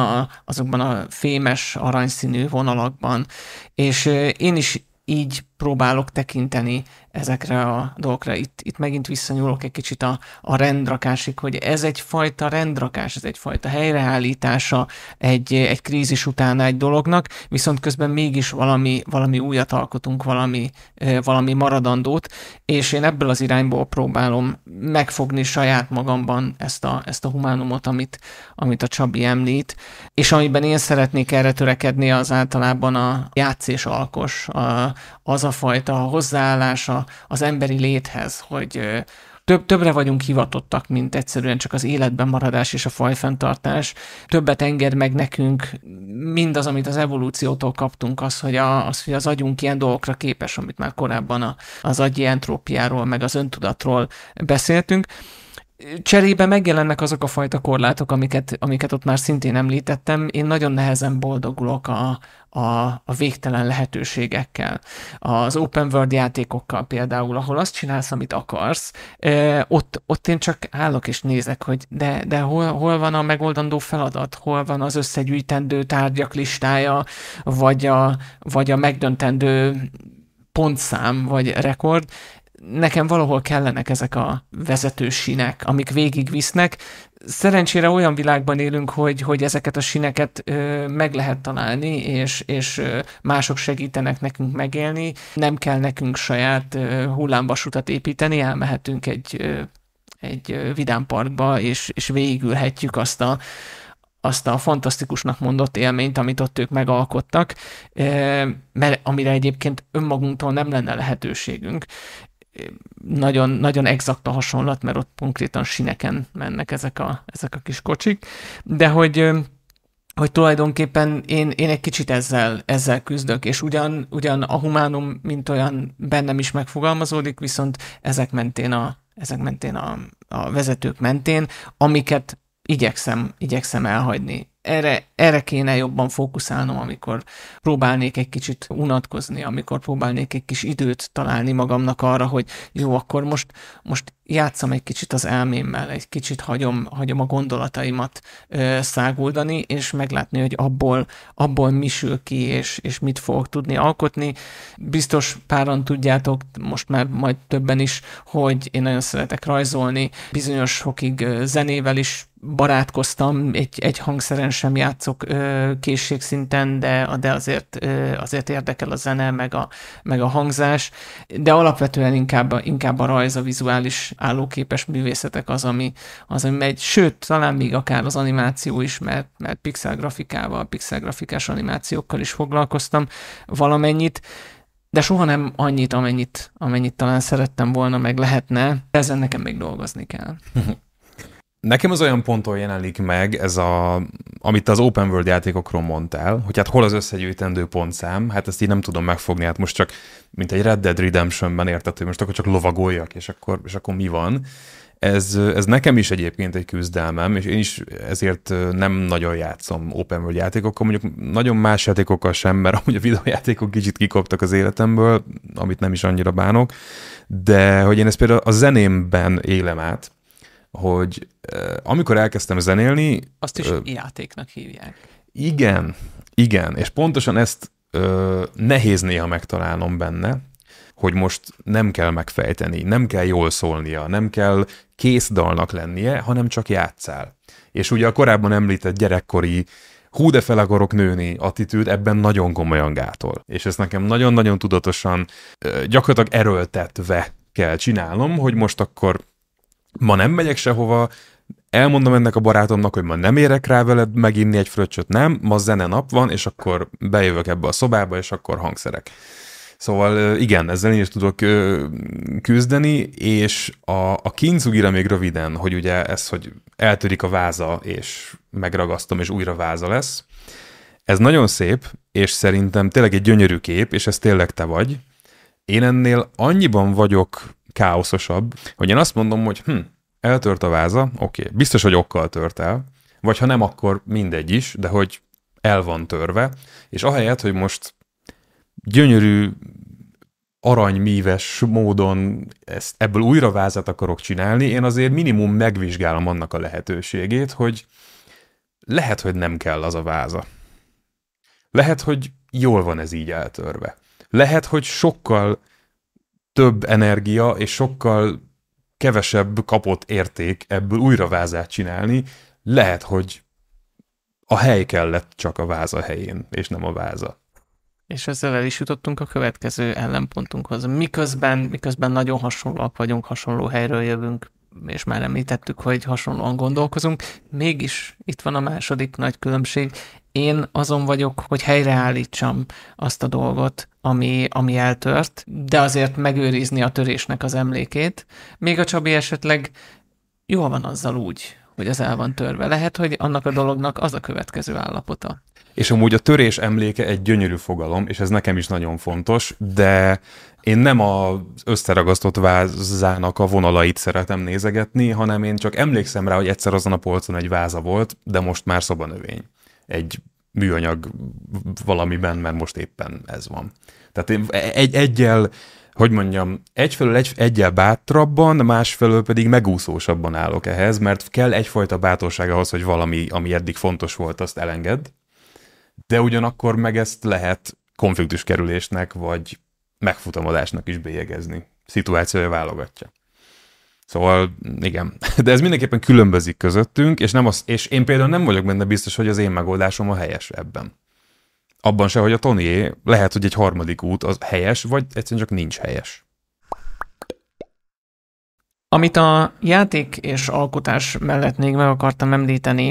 Speaker 2: a fémes, aranyszínű vonalakban. És én is így próbálok tekinteni ezekre a dolgokra. Itt megint visszanyúlok egy kicsit a rendrakásig, hogy ez egyfajta rendrakás, ez egyfajta helyreállítása egy krízis után egy dolognak, viszont közben mégis valami újat alkotunk, valami maradandót, és én ebből az irányból próbálom megfogni saját magamban ezt a humánumot, amit a Csabi említ, és amiben én szeretnék erre törekedni, az általában a játszés alkos, az a fajta hozzáállása az emberi léthez, hogy többre vagyunk hivatottak, mint egyszerűen csak az életben maradás és a fajfenntartás. Többet enged meg nekünk mindaz, amit az evolúciótól kaptunk, hogy az agyunk ilyen dolgokra képes, amit már korábban az agyi entrópiáról, meg az öntudatról beszéltünk. Cserébe megjelennek azok a fajta korlátok, amiket ott már szintén említettem. Én nagyon nehezen boldogulok a végtelen lehetőségekkel. Az open world játékokkal például, ahol azt csinálsz, amit akarsz, ott én csak állok és nézek, hogy de hol van a megoldandó feladat, hol van az összegyűjtendő tárgyak listája, vagy a megdöntendő pontszám, vagy rekord. Nekem valahol kellenek ezek a vezető sínek, amik végigvisznek. Szerencsére olyan világban élünk, hogy ezeket a síneket meg lehet találni, és mások segítenek nekünk megélni. Nem kell nekünk saját hullámvasutat építeni, elmehetünk egy vidámparkba, és végigülhetjük azt a fantasztikusnak mondott élményt, amit ott ők megalkottak, mert amire egyébként önmagunktól nem lenne lehetőségünk. Nagyon, nagyon exakt a hasonlat, mert ott konkrétan sineken mennek ezek a kis kocsik, de hogy tulajdonképpen én egy kicsit ezzel küzdök, és ugyan a humánum mint olyan bennem is megfogalmazódik, viszont ezek mentén a vezetők mentén, amiket igyekszem elhagyni. Erre kéne jobban fókuszálnom, amikor próbálnék egy kicsit unatkozni, amikor próbálnék egy kis időt találni magamnak arra, hogy jó, akkor most játszom egy kicsit az elmémmel, egy kicsit hagyom a gondolataimat száguldani, és meglátni, hogy abból mi sül ki, és mit fogok tudni alkotni. Biztos páran tudjátok, most már majd többen is, hogy én nagyon szeretek rajzolni, bizonyos fokig zenével is barátkoztam, egy hangszeren sem játszok készségszinten, de azért érdekel a zene, meg a hangzás, de alapvetően inkább a rajz, a vizuális állóképes művészetek az, ami megy, sőt, talán még akár az animáció is, mert pixelgrafikás animációkkal is foglalkoztam valamennyit, de soha nem annyit, amennyit talán szerettem volna, meg lehetne, ezen nekem még dolgozni kell.
Speaker 1: Nekem az olyan ponton jelenik meg amit az open world játékokról mondtál, hogy hát hol az összegyűjtendő pontszám, hát ezt így nem tudom megfogni, hát most csak, mint egy Red Dead Redemptionben érted, hogy most akkor csak lovagoljak, és akkor mi van. Ez nekem is egyébként egy küzdelmem, és én is ezért nem nagyon játszom open world játékokkal, mondjuk nagyon más játékokkal sem, mert amúgy a videójátékok kicsit kikoptak az életemből, amit nem is annyira bánok, de hogy én ezt például a zenémben élem át, hogy amikor elkezdtem zenélni...
Speaker 2: Azt is játéknak hívják.
Speaker 1: Igen, és pontosan ezt nehéz néha megtalálnom benne, hogy most nem kell megfejteni, nem kell jól szólnia, nem kell kész dalnak lennie, hanem csak játsszál. És ugye a korábban említett gyerekkori hú de fel akarok nőni attitűd ebben nagyon komolyan gátol. És ezt nekem nagyon-nagyon tudatosan, gyakorlatilag erőltetve kell csinálnom, hogy most akkor ma nem megyek sehova, elmondom ennek a barátomnak, hogy ma nem érek rá veled meginni egy fröccsöt, nem, ma zene nap van, és akkor bejövök ebbe a szobába, és akkor hangszerek. Szóval igen, ezzel én is tudok küzdeni, és a kincugira még röviden, hogy ugye ez, hogy eltörik a váza, és megragasztom, és újra váza lesz. Ez nagyon szép, és szerintem tényleg egy gyönyörű kép, és ez tényleg te vagy. Én ennél annyiban vagyok káoszosabb, hogy én azt mondom, hogy eltört a váza, oké, biztos, hogy okkal tört el, vagy ha nem, akkor mindegy is, de hogy el van törve, és ahelyett, hogy most gyönyörű, aranymíves módon ebből újra vázat akarok csinálni, én azért minimum megvizsgálom annak a lehetőségét, hogy lehet, hogy nem kell az a váza. Lehet, hogy jól van ez így eltörve. Lehet, hogy sokkal több energia és sokkal kevesebb kapott érték ebből újra vázát csinálni. Lehet, hogy a hely kellett csak a váza helyén, és nem a váza.
Speaker 2: És ezzel el is jutottunk a következő ellenpontunkhoz. Miközben nagyon hasonlóak vagyunk, hasonló helyről jövünk, és már említettük, hogy hasonlóan gondolkozunk, mégis itt van a második nagy különbség. Én azon vagyok, hogy helyreállítsam azt a dolgot, ami eltört, de azért megőrizni a törésnek az emlékét. Még a Csabi esetleg jól van azzal úgy, hogy az el van törve. Lehet, hogy annak a dolognak az a következő állapota.
Speaker 1: És amúgy a törés emléke egy gyönyörű fogalom, és ez nekem is nagyon fontos, de én nem az összeragasztott vázának a vonalait szeretem nézegetni, hanem én csak emlékszem rá, hogy egyszer azon a polcon egy váza volt, de most már szobanövény. Egy műanyag valamiben, mert most éppen ez van. Tehát én egyel, hogy mondjam, egyfelől egyel bátrabban, másfelől pedig megúszósabban állok ehhez, mert kell egyfajta bátorság ahhoz, hogy valami, ami eddig fontos volt, azt elengedd, de ugyanakkor meg ezt lehet konfliktuskerülésnek, vagy megfutamodásnak is bélyegezni. Szituációja válogatja. Szóval igen, de ez mindenképpen különbözik közöttünk, és én például nem vagyok benne biztos, hogy az én megoldásom a helyes ebben. Abban se, hogy a Tonyé, lehet, hogy egy harmadik út az helyes, vagy egyszerűen csak nincs helyes.
Speaker 2: Amit a játék és alkotás mellett még meg akartam említeni,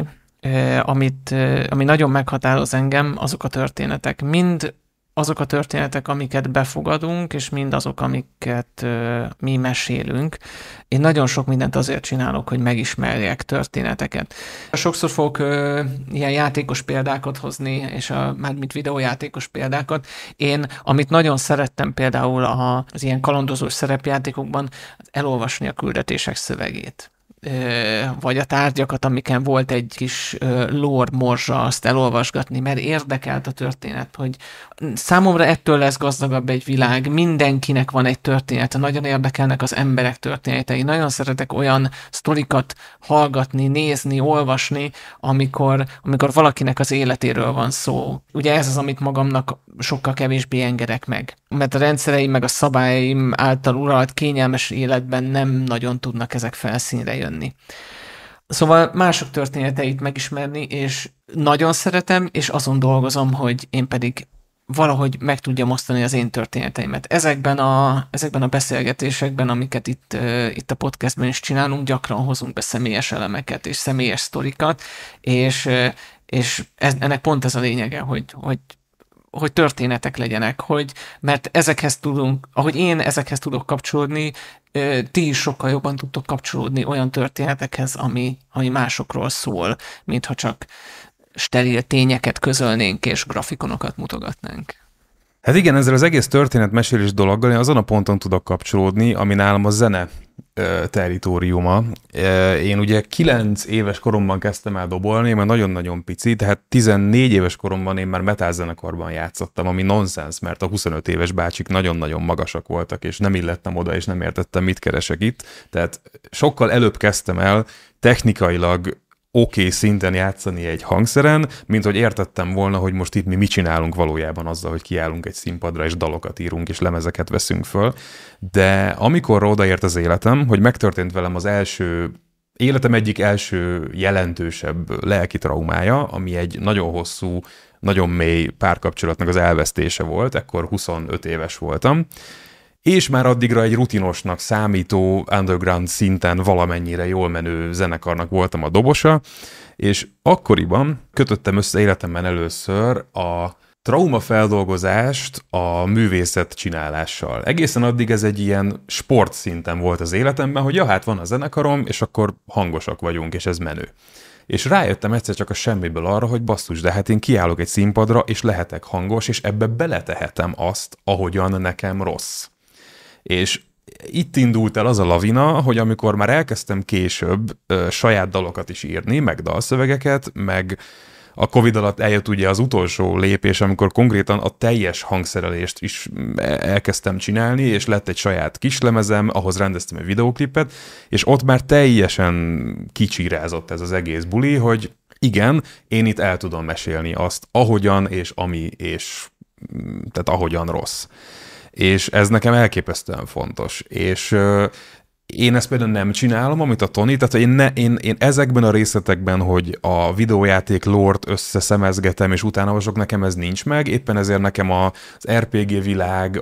Speaker 2: ami nagyon meghatároz engem, azok a történetek. Mind azok a történetek, amiket befogadunk, és mind azok, amiket mi mesélünk. Én nagyon sok mindent azért csinálok, hogy megismerjek történeteket. Sokszor fogok ilyen játékos példákat hozni, és mármint videójátékos példákat. Én, amit nagyon szerettem például az ilyen kalandozós szerepjátékokban, elolvasni a küldetések szövegét. Vagy a tárgyakat, amiken volt egy kis lore morzsa, azt elolvasgatni, mert érdekelt a történet, hogy számomra ettől lesz gazdagabb egy világ, mindenkinek van egy története, nagyon érdekelnek az emberek történetei, nagyon szeretek olyan sztorikat hallgatni, nézni, olvasni, amikor valakinek az életéről van szó. Ugye ez az, amit magamnak sokkal kevésbé engedek meg. Mert a rendszereim meg a szabályaim által uralt kényelmes életben nem nagyon tudnak ezek felszínre jönni. Szóval mások történeteit megismerni, és nagyon szeretem, és azon dolgozom, hogy én pedig valahogy meg tudjam osztani az én történeteimet. Ezekben a beszélgetésekben, amiket itt a podcastben is csinálunk, gyakran hozunk be személyes elemeket és személyes sztorikat, és ennek pont ez a lényege, hogy történetek legyenek, mert ezekhez tudunk, ahogy én ezekhez tudok kapcsolódni, ti is sokkal jobban tudtok kapcsolódni olyan történetekhez, ami másokról szól, mintha csak steril tényeket közölnénk és grafikonokat mutogatnánk.
Speaker 1: Hát igen, ezzel az egész történetmesélés dologgal én azon a ponton tudok kapcsolódni, ami nálam a zene territóriuma. Én ugye 9 éves koromban kezdtem el dobolni, mert nagyon-nagyon pici, tehát 14 éves koromban én már metal zenekarban játszottam, ami nonsens, mert a 25 éves bácsik nagyon-nagyon magasak voltak, és nem illettem oda, és nem értettem, mit keresek itt. Tehát sokkal előbb kezdtem el technikailag oké szinten játszani egy hangszeren, mint hogy értettem volna, hogy most itt mi mit csinálunk valójában azzal, hogy kiállunk egy színpadra, és dalokat írunk, és lemezeket veszünk föl. De amikor odaért az életem, hogy megtörtént velem az életem egyik első jelentősebb lelki traumája, ami egy nagyon hosszú, nagyon mély párkapcsolatnak az elvesztése volt, ekkor 25 éves voltam, és már addigra egy rutinosnak számító underground szinten valamennyire jól menő zenekarnak voltam a dobosa, és akkoriban kötöttem össze életemben először a traumafeldolgozást a művészet csinálással. Egészen addig ez egy ilyen sportszinten volt az életemben, hogy ja, hát van a zenekarom, és akkor hangosak vagyunk, és ez menő. És rájöttem egyszer csak a semmiből arra, hogy basszus, de hát én kiállok egy színpadra, és lehetek hangos, és ebbe beletehetem azt, ahogyan nekem rossz. És itt indult el az a lavina, hogy amikor már elkezdtem később saját dalokat is írni, meg dalszövegeket, meg a Covid alatt eljött ugye az utolsó lépés, amikor konkrétan a teljes hangszerelést is elkezdtem csinálni, és lett egy saját kislemezem, ahhoz rendeztem egy videóklipet, és ott már teljesen kicsírázott ez az egész buli, hogy igen, én itt el tudom mesélni azt, ahogyan és ami, és tehát ahogyan rossz. És ez nekem elképesztően fontos. És én ezt például nem csinálom, amit a Tony, tehát én ezekben a részletekben, hogy a videójáték lore-t összeszemezgetem, és utána olvasok, nekem ez nincs meg, éppen ezért nekem az RPG világ,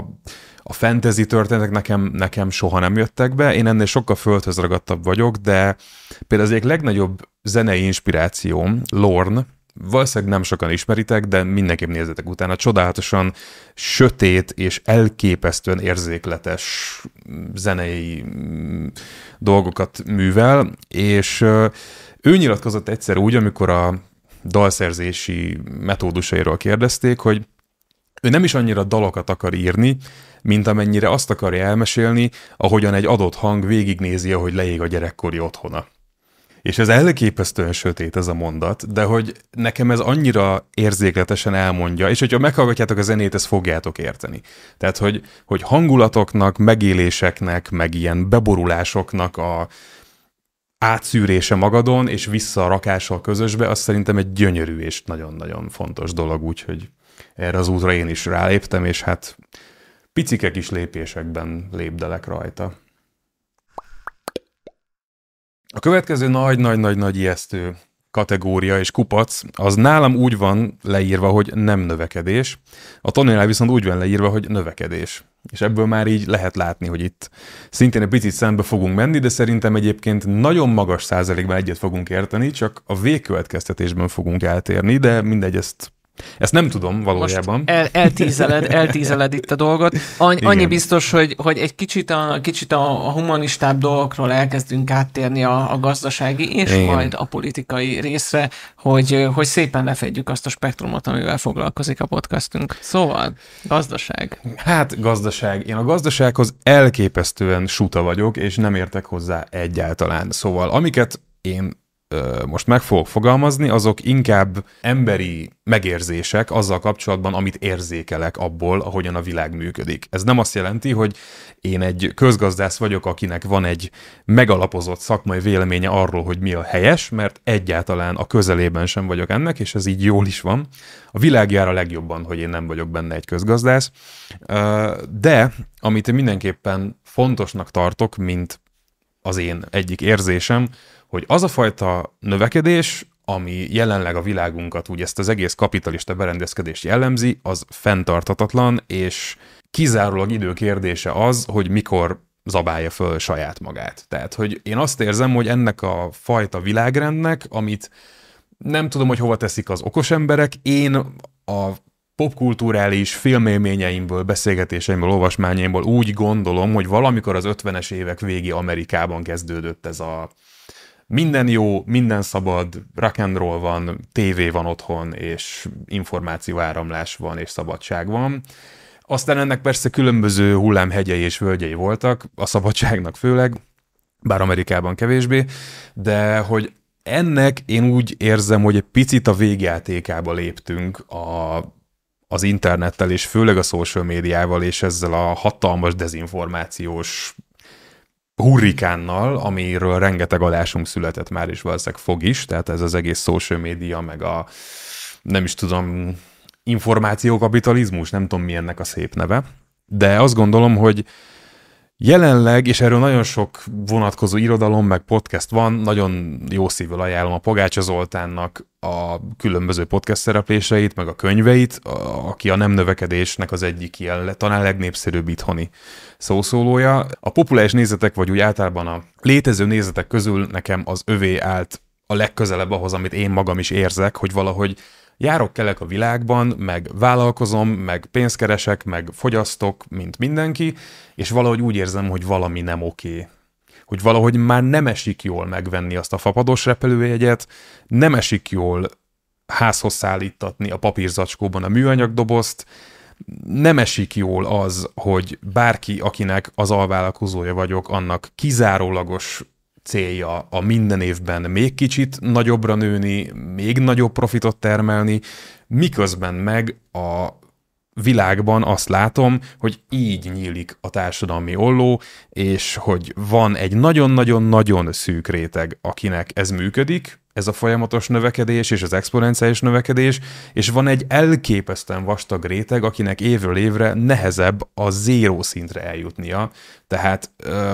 Speaker 1: a fantasy történetek nekem soha nem jöttek be, én ennél sokkal földhöz ragadtabb vagyok, de például az egyik legnagyobb zenei inspirációm, Lorne, valószínűleg nem sokan ismeritek, de mindenképp nézzetek utána. Csodálatosan sötét és elképesztően érzékletes zenei dolgokat művel, és ő nyilatkozott egyszer úgy, amikor dalszerzési metódusairól kérdezték, hogy ő nem is annyira dalokat akar írni, mint amennyire azt akarja elmesélni, ahogyan egy adott hang végignézi, ahogy leég a gyerekkori otthona. És ez elképesztően sötét ez a mondat, de hogy nekem ez annyira érzékletesen elmondja, és hogyha meghallgatjátok a zenét, ezt fogjátok érteni. Tehát, hogy hangulatoknak, megéléseknek, meg ilyen beborulásoknak a átszűrése magadon, és visszarakással közösbe, az szerintem egy gyönyörű és nagyon-nagyon fontos dolog, úgyhogy erre az útra én is ráléptem, és hát picike kis lépésekben lépdelek rajta. A következő nagy ijesztő kategória és kupac, az nálam úgy van leírva, hogy nem növekedés, a Tonynál viszont úgy van leírva, hogy növekedés. És ebből már így lehet látni, hogy itt szintén egy picit szembe fogunk menni, de szerintem egyébként nagyon magas százalékban egyet fogunk érteni, csak a végkövetkeztetésben fogunk eltérni, de mindegy, ezt nem tudom valójában.
Speaker 2: Most eltízeled itt a dolgot. Annyi biztos, hogy egy kicsit a humanistább dolgokról elkezdünk áttérni a gazdasági és igen, majd a politikai részre, hogy szépen lefedjük azt a spektrumot, amivel foglalkozik a podcastunk. Szóval, gazdaság.
Speaker 1: Hát gazdaság. Én a gazdasághoz elképesztően suta vagyok, és nem értek hozzá egyáltalán. Szóval, amiket én most meg fogok fogalmazni, azok inkább emberi megérzések azzal kapcsolatban, amit érzékelek abból, ahogyan a világ működik. Ez nem azt jelenti, hogy én egy közgazdász vagyok, akinek van egy megalapozott szakmai véleménye arról, hogy mi a helyes, mert egyáltalán a közelében sem vagyok ennek, és ez így jól is van. A világ jár a legjobban, hogy én nem vagyok benne egy közgazdász. De amit mindenképpen fontosnak tartok, mint az én egyik érzésem, hogy az a fajta növekedés, ami jelenleg a világunkat, úgy ezt az egész kapitalista berendezkedést jellemzi, az fenntarthatatlan, és kizárólag idő kérdése az, hogy mikor zabálja föl saját magát. Tehát, hogy én azt érzem, hogy ennek a fajta világrendnek, amit nem tudom, hogy hova teszik az okos emberek, én a popkulturális filmélményeimből, beszélgetéseimből, olvasmányaimból úgy gondolom, hogy valamikor az 50-es évek végi Amerikában kezdődött ez a minden jó, minden szabad, rock and roll van, tévé van otthon, és információáramlás van, és szabadság van. Aztán ennek persze különböző hullámhegyei és völgyei voltak, a szabadságnak főleg, bár Amerikában kevésbé, de hogy ennek én úgy érzem, hogy egy picit a végjátékába léptünk az internettel, és főleg a social médiával, és ezzel a hatalmas dezinformációs hurrikánnal, amiről rengeteg adásunk született már, és valószínűleg fog is, tehát ez az egész social média, meg a, nem is tudom, információkapitalizmus, nem tudom mi ennek a szép neve, de azt gondolom, hogy jelenleg, és erről nagyon sok vonatkozó irodalom, meg podcast van, nagyon jó szívvel ajánlom a Pogácsa Zoltánnak a különböző podcast szerepléseit, meg a könyveit, aki a nem növekedésnek az egyik ilyen, talán legnépszerűbb itthoni szószólója. A populáris nézetek, vagy úgy általában a létező nézetek közül nekem az övé állt a legközelebb ahhoz, amit én magam is érzek, hogy valahogy járok-kelek a világban, meg vállalkozom, meg pénzt keresek, meg fogyasztok, mint mindenki, és valahogy úgy érzem, hogy valami nem oké. Hogy valahogy már nem esik jól megvenni azt a fapados repülőjegyet, nem esik jól házhoz szállítatni a papírzacskóban a műanyagdobozt, nem esik jól az, hogy bárki, akinek az alvállalkozója vagyok, annak kizárólagos célja a minden évben még kicsit nagyobbra nőni, még nagyobb profitot termelni, miközben meg a világban azt látom, hogy így nyílik a társadalmi olló, és hogy van egy nagyon-nagyon-nagyon szűk réteg, akinek ez működik, ez a folyamatos növekedés és az exponenciális növekedés, és van egy elképesztően vastag réteg, akinek évről évre nehezebb a zéró szintre eljutnia. Tehát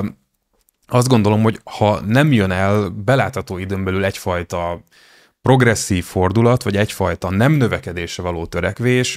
Speaker 1: azt gondolom, hogy ha nem jön el belátható időn belül egyfajta progresszív fordulat, vagy egyfajta nem növekedésre való törekvés,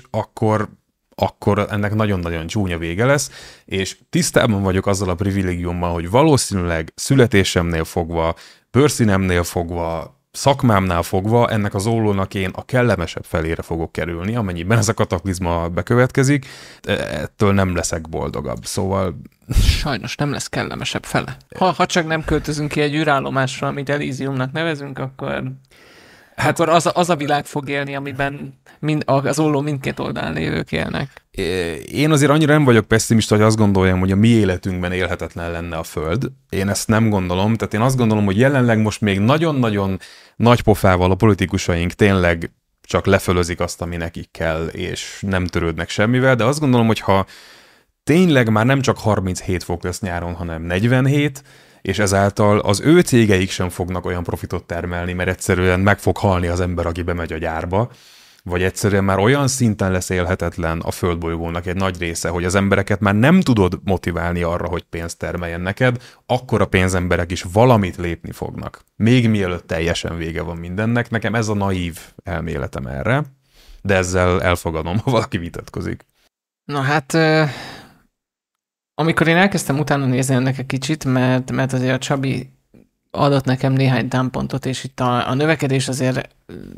Speaker 1: akkor ennek nagyon-nagyon csúnya vége lesz, és tisztában vagyok azzal a privilégiummal, hogy valószínűleg születésemnél fogva, bőrszínemnél fogva, szakmámnál fogva ennek az ollónak én a kellemesebb felére fogok kerülni, amennyiben ez a kataklizma bekövetkezik, ettől nem leszek boldogabb. Szóval...
Speaker 2: Sajnos nem lesz kellemesebb fele. Ha csak nem költözünk ki egy űrállomásra, amit Elysiumnak nevezünk, akkor... Hát akkor az a világ fog élni, amiben az olló mindkét oldalán lévők élnek.
Speaker 1: Én azért annyira nem vagyok pesszimista, hogy azt gondoljam, hogy a mi életünkben élhetetlen lenne a Föld. Én ezt nem gondolom. Tehát én azt gondolom, hogy jelenleg most még nagyon-nagyon nagy pofával a politikusaink tényleg csak lefölözik azt, ami nekik kell, és nem törődnek semmivel, de azt gondolom, hogy ha tényleg már nem csak 37 fok lesz nyáron, hanem 47, és ezáltal az ő cégeik sem fognak olyan profitot termelni, mert egyszerűen meg fog halni az ember, aki bemegy a gyárba, vagy egyszerűen már olyan szinten lesz élhetetlen a földbolygónak egy nagy része, hogy az embereket már nem tudod motiválni arra, hogy pénzt termeljen neked, akkor a pénzemberek is valamit lépni fognak. Még mielőtt teljesen vége van mindennek, nekem ez a naív elméletem erre, de ezzel elfogadom, ha valaki vitatkozik.
Speaker 2: Na hát, amikor én elkezdtem utána nézni ennek egy kicsit, mert azért a Csabi adott nekem néhány támpontot, és itt a növekedés azért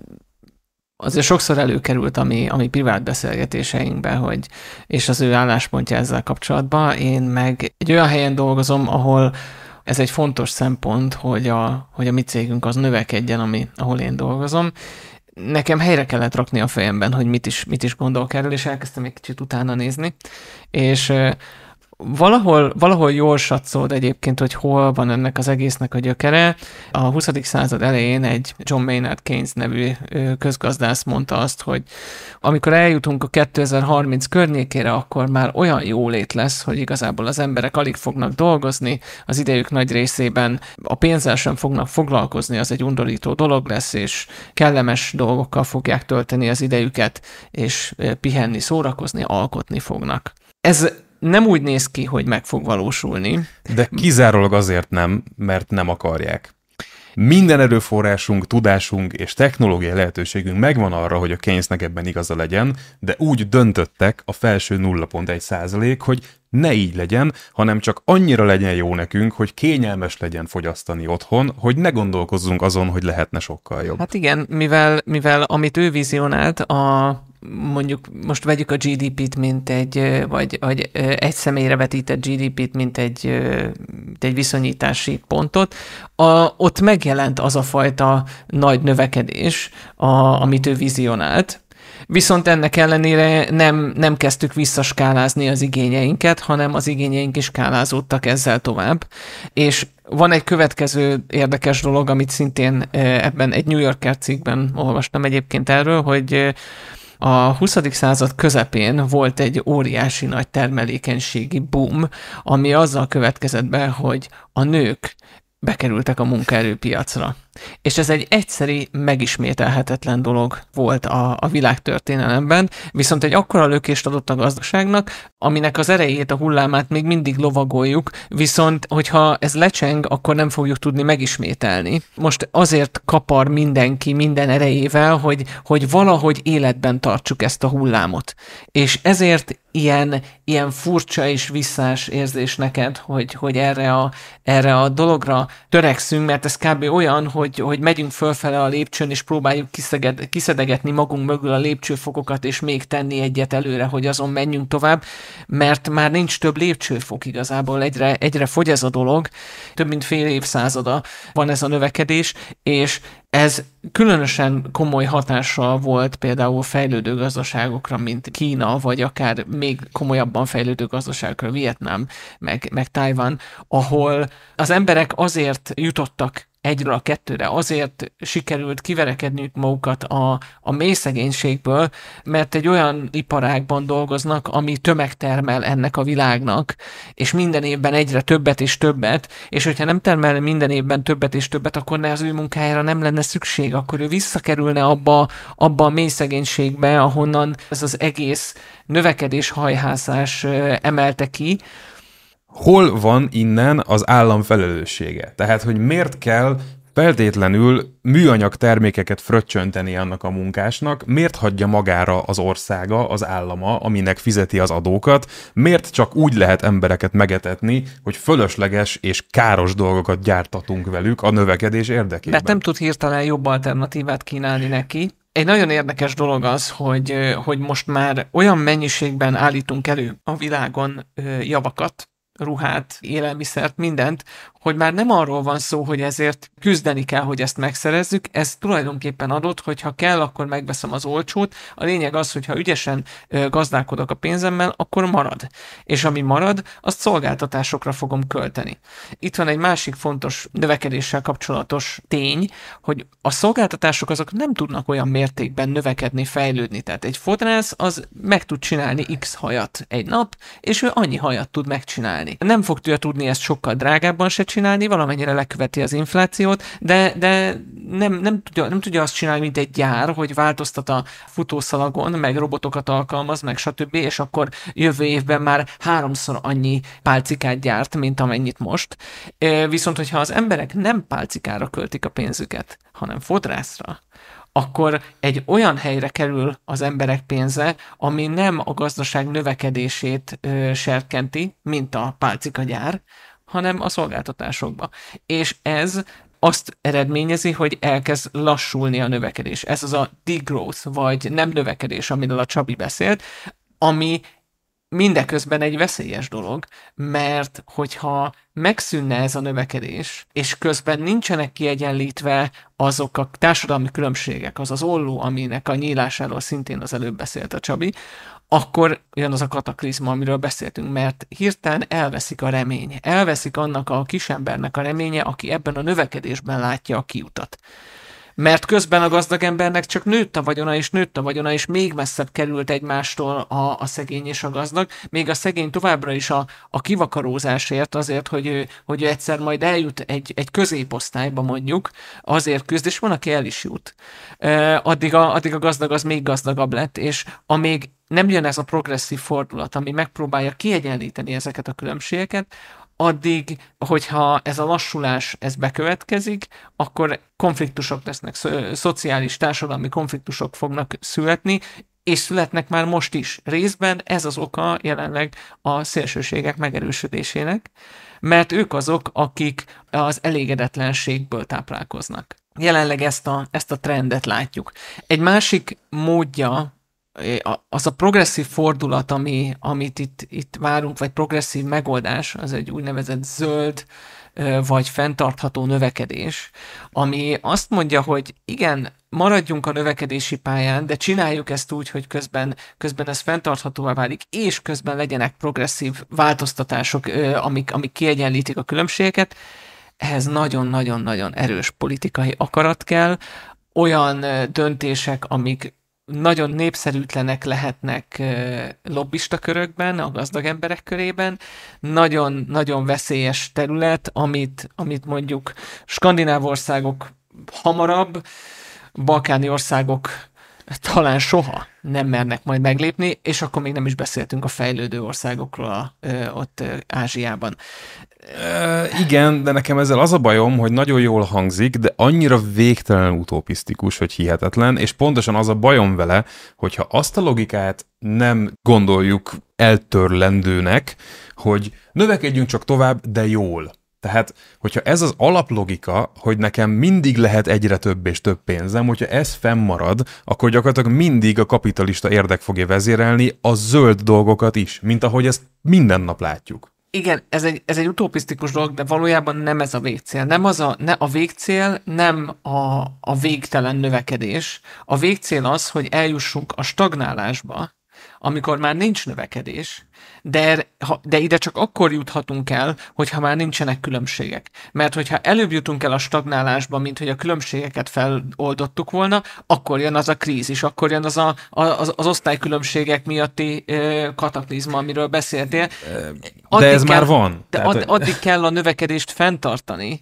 Speaker 2: sokszor előkerült a mi privát beszélgetéseinkben, és az ő álláspontja ezzel kapcsolatban. Én meg egy olyan helyen dolgozom, ahol ez egy fontos szempont, hogy a mi cégünk az növekedjen, ahol én dolgozom. Nekem helyre kellett rakni a fejemben, hogy mit is gondolok erről, és elkezdtem egy kicsit utána nézni, és valahol jól satszold egyébként, hogy hol van ennek az egésznek a gyökere. A 20. század elején egy John Maynard Keynes nevű közgazdász mondta azt, hogy amikor eljutunk a 2030 környékére, akkor már olyan jólét lesz, hogy igazából az emberek alig fognak dolgozni, az idejük nagy részében a pénzzel sem fognak foglalkozni, az egy undorító dolog lesz, és kellemes dolgokkal fogják tölteni az idejüket, és pihenni, szórakozni, alkotni fognak. Ez nem úgy néz ki, hogy meg fog valósulni.
Speaker 1: De kizárólag azért nem, mert nem akarják. Minden erőforrásunk, tudásunk és technológiai lehetőségünk megvan arra, hogy a Keynesnek ebben igaza legyen, de úgy döntöttek a felső 0,1%, hogy ne így legyen, hanem csak annyira legyen jó nekünk, hogy kényelmes legyen fogyasztani otthon, hogy ne gondolkozzunk azon, hogy lehetne sokkal jobb.
Speaker 2: Hát igen, mivel amit ő vizionált, mondjuk most vegyük a GDP-t, mint vagy egy személyre vetített GDP-t, mint egy viszonyítási pontot, ott megjelent az a fajta nagy növekedés, amit ő vizionált. Viszont ennek ellenére nem kezdtük visszaskálázni az igényeinket, hanem az igényeink is skálázódtak ezzel tovább. És van egy következő érdekes dolog, amit szintén ebben egy New Yorker cikkben olvastam egyébként erről, hogy a 20. század közepén volt egy óriási nagy termelékenységi boom, ami azzal következett be, hogy a nők bekerültek a munkaerőpiacra. És ez egy egyszeri, megismételhetetlen dolog volt a világtörténelemben, viszont egy akkora lökést adott a gazdaságnak, aminek az erejét, a hullámát még mindig lovagoljuk, viszont hogyha ez lecseng, akkor nem fogjuk tudni megismételni. Most azért kapar mindenki minden erejével, hogy valahogy életben tartsuk ezt a hullámot. És ezért ilyen furcsa és visszás érzés neked, hogy erre a dologra törekszünk, mert ez kb. Olyan, hogy megyünk fölfele a lépcsőn, és próbáljuk kiszedegetni magunk mögül a lépcsőfokokat, és még tenni egyet előre, hogy azon menjünk tovább, mert már nincs több lépcsőfok igazából, egyre fogy ez a dolog, több mint fél évszázada van ez a növekedés, és ez különösen komoly hatással volt például fejlődő gazdaságokra, mint Kína, vagy akár még komolyabban fejlődő gazdaságokra, Vietnám, meg Tajvan, ahol az emberek azért jutottak egyről a kettőre, azért sikerült kiverekedniük magukat a mély szegénységből, mert egy olyan iparágban dolgoznak, ami tömegtermel ennek a világnak, és minden évben egyre többet és többet, és hogyha nem termel minden évben többet és többet, akkor az ő munkájára nem lenne szükség, akkor ő visszakerülne abba a mély szegénységbe, ahonnan ez az egész növekedés hajhászás emelte ki.
Speaker 1: Hol van innen az állam felelőssége? Tehát, hogy miért kell feltétlenül műanyag termékeket fröccsönteni annak a munkásnak, miért hagyja magára az országa, az állama, aminek fizeti az adókat, miért csak úgy lehet embereket megetetni, hogy fölösleges és káros dolgokat gyártatunk velük a növekedés érdekében.
Speaker 2: Mert nem tud hirtelen jobb alternatívát kínálni neki. Egy nagyon érdekes dolog az, hogy most már olyan mennyiségben állítunk elő a világon javakat, ruhát, élelmiszert, mindent, hogy már nem arról van szó, hogy ezért küzdeni kell, hogy ezt megszerezzük, ez tulajdonképpen adott, hogy ha kell, akkor megveszem az olcsót. A lényeg az, hogy ha ügyesen gazdálkodok a pénzemmel, akkor marad. És ami marad, azt szolgáltatásokra fogom költeni. Itt van egy másik fontos növekedéssel kapcsolatos tény, hogy a szolgáltatások azok nem tudnak olyan mértékben növekedni, fejlődni. Tehát egy fodrász az meg tud csinálni x hajat egy nap, és ő annyi hajat tud megcsinálni. Nem fog tudni ezt sokkal drágábban se csinálni, valamennyire leköveti az inflációt, de nem tudja azt csinálni, mint egy gyár, hogy változtat a futószalagon, meg robotokat alkalmaz, meg stb., és akkor jövő évben már 3-szor annyi pálcikát gyárt, mint amennyit most. Viszont, hogyha az emberek nem pálcikára költik a pénzüket, hanem fodrászra, akkor egy olyan helyre kerül az emberek pénze, ami nem a gazdaság növekedését serkenti, mint a pálcikagyár, hanem a szolgáltatásokba. És ez azt eredményezi, hogy elkezd lassulni a növekedés. Ez az a degrowth, vagy nem növekedés, amiről a Csabi beszélt, ami mindeközben egy veszélyes dolog, mert hogyha megszűnne ez a növekedés, és közben nincsenek kiegyenlítve azok a társadalmi különbségek, az az olló, aminek a nyílásáról szintén az előbb beszélt a Csabi, akkor jön az a kataklizma, amiről beszéltünk, mert hirtelen elveszik a remény. Elveszik annak a kisembernek a reménye, aki ebben a növekedésben látja a kiutat. Mert közben a gazdag embernek csak nőtt a vagyona, és még messzebb került egymástól a szegény és a gazdag, még a szegény továbbra is a kivakarózásért, azért, hogy ő egyszer majd eljut egy középosztályba mondjuk, azért küzd, és van, aki el is jut. Addig a gazdag az még gazdagabb lett, és amíg nem jön ez a progresszív fordulat, ami megpróbálja kiegyenlíteni ezeket a különbségeket, addig, hogyha ez a lassulás ez bekövetkezik, akkor konfliktusok lesznek, szociális, társadalmi konfliktusok fognak születni, és születnek már most is. Részben ez az oka jelenleg a szélsőségek megerősödésének, mert ők azok, akik az elégedetlenségből táplálkoznak. Jelenleg ezt a trendet látjuk. Egy másik módja, az a progresszív fordulat, amit itt várunk, vagy progresszív megoldás, az egy úgynevezett zöld vagy fenntartható növekedés, ami azt mondja, hogy igen, maradjunk a növekedési pályán, de csináljuk ezt úgy, hogy közben ez fenntarthatóvá válik, és közben legyenek progresszív változtatások, amik kiegyenlítik a különbségeket. Ehhez nagyon-nagyon-nagyon erős politikai akarat kell, olyan döntések, amik nagyon népszerűtlenek lehetnek lobbista körökben, a gazdag emberek körében. Nagyon-nagyon veszélyes terület, amit mondjuk skandináv országok hamarabb, balkáni országok talán soha nem mernek majd meglépni, és akkor még nem is beszéltünk a fejlődő országokról ott Ázsiában.
Speaker 1: Igen, de nekem ezzel az a bajom, hogy nagyon jól hangzik, de annyira végtelen utopisztikus, hogy hihetetlen, és pontosan az a bajom vele, hogyha azt a logikát nem gondoljuk eltörlendőnek, hogy növekedjünk csak tovább, de jól. Tehát, hogyha ez az alaplogika, hogy nekem mindig lehet egyre több és több pénzem, hogyha ez fennmarad, akkor gyakorlatilag mindig a kapitalista érdek fogja vezérelni a zöld dolgokat is, mint ahogy ezt minden nap látjuk.
Speaker 2: Igen, ez egy utopisztikus dolog, de valójában nem ez a végcél. A végcél nem a végtelen növekedés. A végcél az, hogy eljussunk a stagnálásba, amikor már nincs növekedés, de ide csak akkor juthatunk el, hogyha már nincsenek különbségek. Mert hogyha előbb jutunk el a stagnálásba, mint hogy a különbségeket feloldottuk volna, akkor jön az a krízis, akkor jön az osztálykülönbségek miatti kataklizma, amiről beszéltél.
Speaker 1: De ez már van.
Speaker 2: Addig kell a növekedést fenntartani,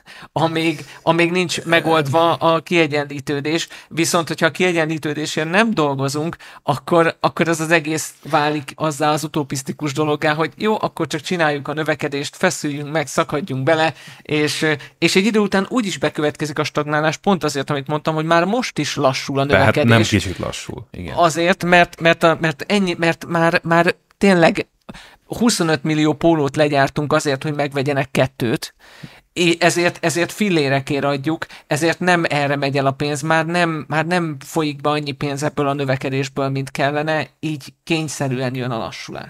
Speaker 2: amíg nincs megoldva a kiegyenlítődés, viszont hogyha a kiegyenlítődésért nem dolgozunk, akkor az egész válik azzá az utopisztikus dologgá, hogy jó, akkor csak csináljuk a növekedést, feszüljünk meg, szakadjunk bele, és egy idő után úgy is bekövetkezik a stagnálás, pont azért, amit mondtam, hogy már most is lassul a növekedés.
Speaker 1: Tehát nem kicsit lassul. Igen.
Speaker 2: Azért, mert már tényleg 25 millió pólót legyártunk azért, hogy megvegyenek 2-t, ezért fillérekért adjuk, ezért nem erre megy el a pénz, már nem folyik be annyi pénz ebből a növekedésből, mint kellene, így kényszerűen jön a lassulás.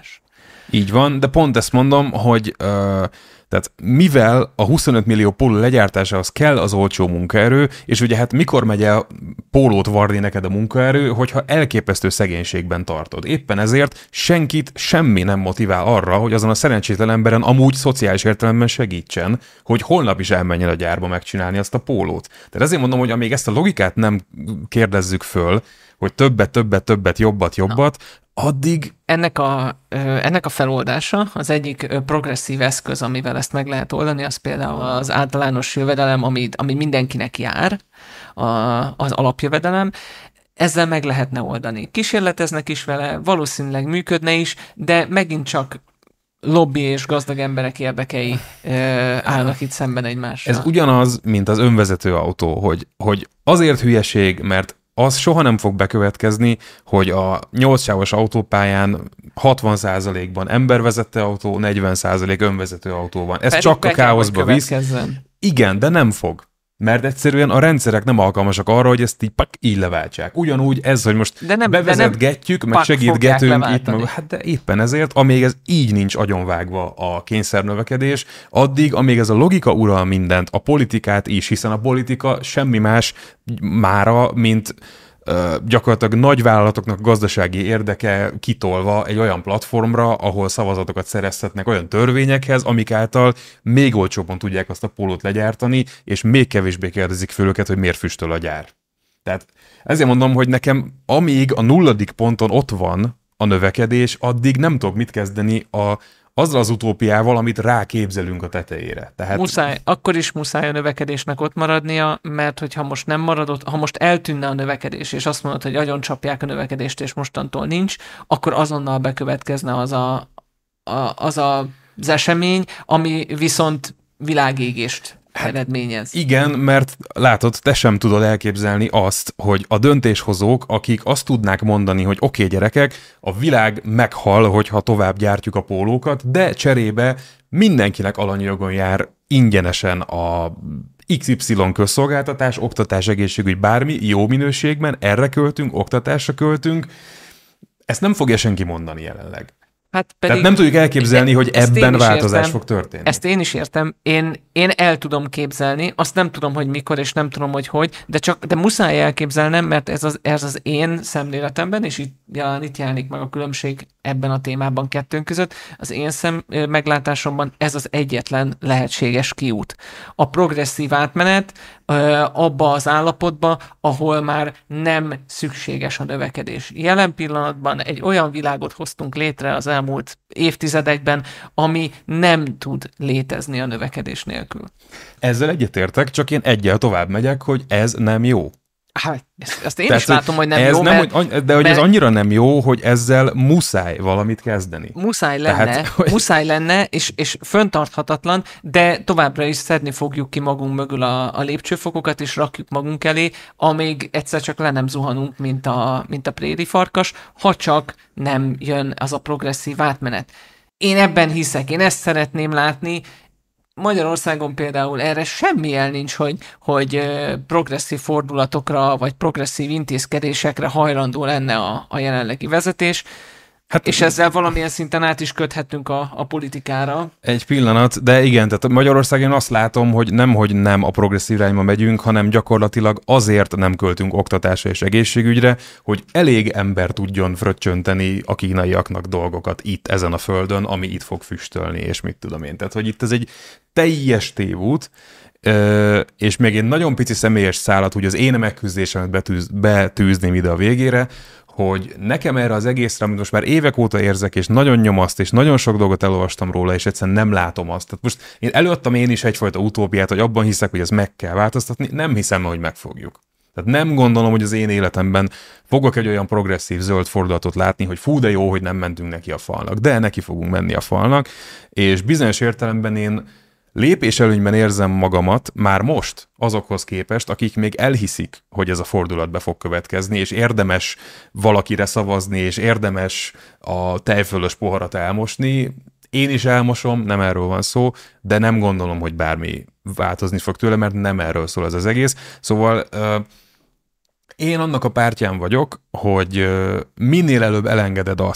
Speaker 1: Így van, de pont ezt mondom, hogy tehát mivel a 25 millió póló legyártásához kell az olcsó munkaerő, és ugye hát mikor megy el pólót varni neked a munkaerő, hogyha elképesztő szegénységben tartod. Éppen ezért senkit semmi nem motivál arra, hogy azon a szerencsétlen emberen amúgy szociális értelemben segítsen, hogy holnap is elmenjen a gyárba megcsinálni azt a pólót. Tehát ezért mondom, hogy amíg ezt a logikát nem kérdezzük föl, hogy többet, jobbat, addig...
Speaker 2: Ennek a feloldása, az egyik progresszív eszköz, amivel ezt meg lehet oldani, az például az általános jövedelem, ami mindenkinek jár, az alapjövedelem. Ezzel meg lehetne oldani. Kísérleteznek is vele, valószínűleg működne is, de megint csak lobby és gazdag emberek érdekei állnak itt szemben egymással.
Speaker 1: Ez ugyanaz, mint az önvezető autó, hogy azért hülyeség, mert az soha nem fog bekövetkezni, hogy a 8 sávos autópályán 60%-ban embervezető autó, 40% önvezető autó van. Ez pedig csak a káoszba visz. Igen, de nem fog. Mert egyszerűen a rendszerek nem alkalmasak arra, hogy ezt így leváltsák. Ugyanúgy ez, hogy most bevezetgetjük, meg segítgetünk itt meg. Hát de éppen ezért, amíg ez így nincs agyonvágva a kényszernövekedés, addig, amíg ez a logika ural mindent, a politikát is, hiszen a politika semmi más mára, mint gyakorlatilag nagyvállalatoknak gazdasági érdeke kitolva egy olyan platformra, ahol szavazatokat szerezhetnek olyan törvényekhez, amik által még olcsóbban tudják azt a pólót legyártani, és még kevésbé kérdezik föl őket, hogy miért füstöl a gyár. Tehát ezért mondom, hogy nekem amíg a 0. ponton ott van a növekedés, addig nem tudok mit kezdeni azzal az utópiával, amit ráképzelünk a tetejére. Tehát...
Speaker 2: Akkor is muszáj a növekedésnek ott maradnia, mert hogyha most nem maradott, ha most eltűnne a növekedés, és azt mondod, hogy agyoncsapják a növekedést, és mostantól nincs, akkor azonnal bekövetkezne az esemény, ami viszont világégést eredményez.
Speaker 1: Igen, mert látod, te sem tudod elképzelni azt, hogy a döntéshozók, akik azt tudnák mondani, hogy oké, gyerekek, a világ meghal, hogyha tovább gyártjuk a pólókat, de cserébe mindenkinek alanyjogon jár ingyenesen a XY közszolgáltatás, oktatás, egészségügy, bármi, jó minőségben, erre költünk, oktatásra költünk. Ezt nem fogja senki mondani jelenleg. Tehát nem tudjuk elképzelni, hogy ebben változás fog történni.
Speaker 2: Ezt én is értem. Én el tudom képzelni, azt nem tudom, hogy mikor, és nem tudom, hogy, de muszáj elképzelnem, mert ez az én szemléletemben, és itt jelenik meg a különbség ebben a témában kettőnk között, az én meglátásomban ez az egyetlen lehetséges kiút. A progresszív átmenet abba az állapotba, ahol már nem szükséges a növekedés. Jelen pillanatban egy olyan világot hoztunk létre az elmúlt évtizedekben, ami nem tud létezni a növekedés nélkül.
Speaker 1: Ezzel egyetértek, csak én egyel tovább megyek, hogy ez nem jó.
Speaker 2: Hát, ezt én is látom, hogy nem jó,
Speaker 1: hogy ez annyira nem jó, hogy ezzel muszáj valamit kezdeni.
Speaker 2: Muszáj lenne, és föntarthatatlan, de továbbra is szedni fogjuk ki magunk mögül a lépcsőfokokat, és rakjuk magunk elé, amíg egyszer csak le nem zuhanunk, mint a préri farkas, ha csak nem jön az a progresszív átmenet. Én ebben hiszek, én ezt szeretném látni. Magyarországon például erre semmi jel nincs, hogy progresszív fordulatokra, vagy progresszív intézkedésekre hajlandó lenne a jelenlegi vezetés, és ezzel valamilyen szinten át is köthetünk a politikára.
Speaker 1: Egy pillanat, de igen, tehát Magyarországon azt látom, hogy nem a progresszív irányba megyünk, hanem gyakorlatilag azért nem költünk oktatásra és egészségügyre, hogy elég ember tudjon fröccsönteni a kínaiaknak dolgokat itt, ezen a földön, ami itt fog füstölni, és mit tudom én. Tehát, hogy itt ez egy teljes tévút, és még egy nagyon pici személyes szálat, hogy az én megküzdésemet betűzném ide a végére, hogy nekem erre az egészre, amit most már évek óta érzek, és nagyon nyomaszt, és nagyon sok dolgot elolvastam róla, és egyszerűen nem látom azt. Tehát most én előadtam én is egyfajta utópiát, hogy abban hiszek, hogy ez meg kell változtatni, nem hiszem, hogy meg fogjuk. Tehát nem gondolom, hogy az én életemben fogok egy olyan progresszív zöld fordulatot látni, hogy fú, de jó, hogy nem mentünk neki a falnak. De neki fogunk menni a falnak, és bizonyos értelemben én lépéselőnyben érzem magamat már most azokhoz képest, akik még elhiszik, hogy ez a fordulat be fog következni, és érdemes valakire szavazni, és érdemes a tejfölös poharat elmosni. Én is elmosom, nem erről van szó, de nem gondolom, hogy bármi változni fog tőle, mert nem erről szól ez az egész. Szóval én annak a pártján vagyok, hogy minél előbb elengeded azt,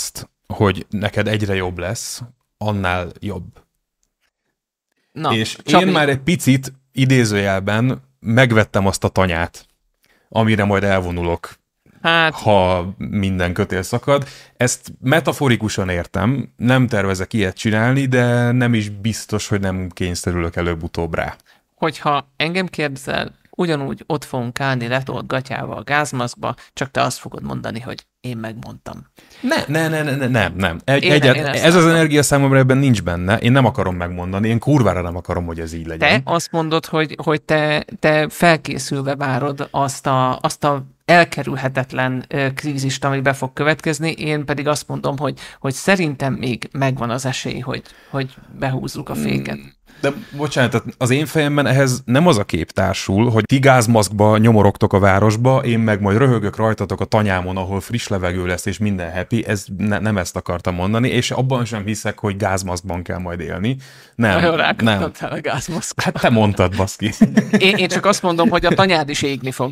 Speaker 1: hogy neked egyre jobb lesz, annál jobb.
Speaker 2: Na,
Speaker 1: és Csabi, én már egy picit idézőjelben megvettem azt a tanyát, amire majd elvonulok, ha minden kötél szakad. Ezt metaforikusan értem, nem tervezek ilyet csinálni, de nem is biztos, hogy nem kényszerülök előbb-utóbb rá.
Speaker 2: Hogyha engem kérdezel, ugyanúgy ott fogunk állni letolt gatyával gázmaszkba, csak te azt fogod mondani, hogy én megmondtam.
Speaker 1: Nem. Ez az energia számomra ebben nincs benne. Én nem akarom megmondani, én kurvára nem akarom, hogy ez így legyen.
Speaker 2: Te azt mondod, hogy te felkészülve várod azt a elkerülhetetlen krízist, ami be fog következni, én pedig azt mondom, hogy szerintem még megvan az esély, hogy behúzzuk a féket.
Speaker 1: De bocsánat, az én fejemben ehhez nem az a kép társul, hogy ti gázmaszkba nyomorogtok a városba, én meg majd röhögök rajtatok a tanyámon, ahol friss levegő lesz, és minden happy. Nem ezt akartam mondani, és abban sem hiszek, hogy gázmaszkban kell majd élni. Nem.
Speaker 2: Rákattanál a gázmaszkot.
Speaker 1: Hát te mondtad, baszki.
Speaker 2: Én csak azt mondom, hogy a tanyád is égni fog.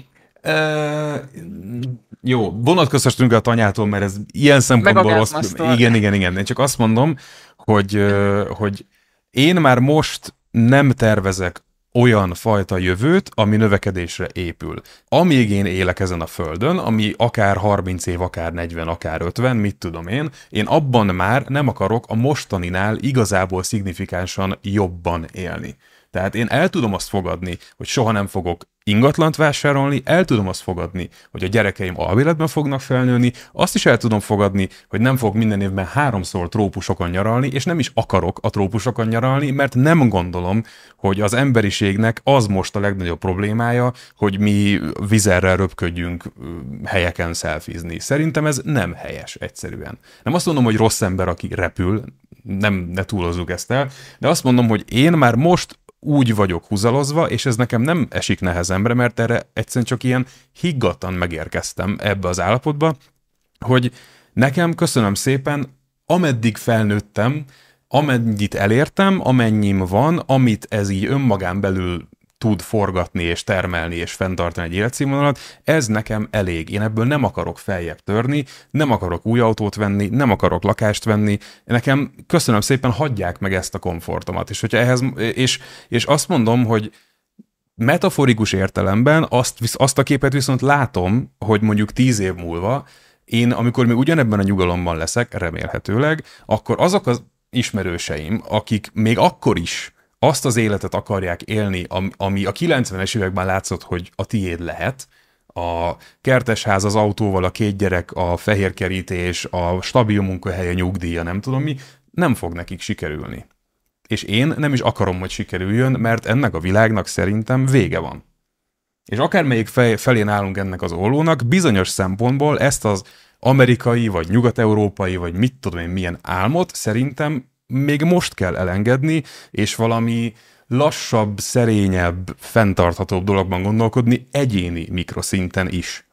Speaker 1: Jó, vonatkoztassunk a tanyától, mert ez ilyen szempontból rossz. Igen. Én csak azt mondom, hogy én már most nem tervezek olyan fajta jövőt, ami növekedésre épül. Amíg én élek ezen a földön, ami akár 30 év, akár 40, akár 50, mit tudom én abban már nem akarok a mostaninál igazából szignifikánsan jobban élni. Tehát én el tudom azt fogadni, hogy soha nem fogok ingatlant vásárolni, el tudom azt fogadni, hogy a gyerekeim albéletben fognak felnőni, azt is el tudom fogadni, hogy nem fogok minden évben 3-szor trópusokon nyaralni, és nem is akarok a trópusokon nyaralni, mert nem gondolom, hogy az emberiségnek az most a legnagyobb problémája, hogy mi vizerrel röpködjünk helyeken szelfizni. Szerintem ez nem helyes egyszerűen. Nem azt mondom, hogy rossz ember, aki repül, ne túlozzuk ezt el, de azt mondom, hogy én már most úgy vagyok húzalozva, és ez nekem nem esik nehezemre, mert erre egyszerűen csak ilyen higgadtan megérkeztem ebbe az állapotba, hogy nekem, köszönöm szépen, ameddig felnőttem, amennyit elértem, amennyim van, amit ez így önmagán belül tud forgatni és termelni és fenntartani egy életszínvonalat, ez nekem elég. Én ebből nem akarok feljebb törni, nem akarok új autót venni, nem akarok lakást venni. Nekem, köszönöm szépen, hagyják meg ezt a komfortomat. És hogyha és azt mondom, hogy metaforikus értelemben azt a képet viszont látom, hogy mondjuk 10 év múlva én, amikor még ugyanebben a nyugalomban leszek, remélhetőleg, akkor azok az ismerőseim, akik még akkor is azt az életet akarják élni, ami a 90-es években látszott, hogy a tiéd lehet, a kertesház, az autóval, a 2 gyerek, a fehér kerítés, a stabil munkahelye, nyugdíja, nem tudom mi, nem fog nekik sikerülni. És én nem is akarom, hogy sikerüljön, mert ennek a világnak szerintem vége van. És akármelyik felén állunk ennek az ollónak, bizonyos szempontból ezt az amerikai, vagy nyugat-európai, vagy mit tudom én milyen álmot szerintem még most kell elengedni, és valami lassabb, szerényebb, fenntarthatóbb dologban gondolkodni egyéni mikroszinten is.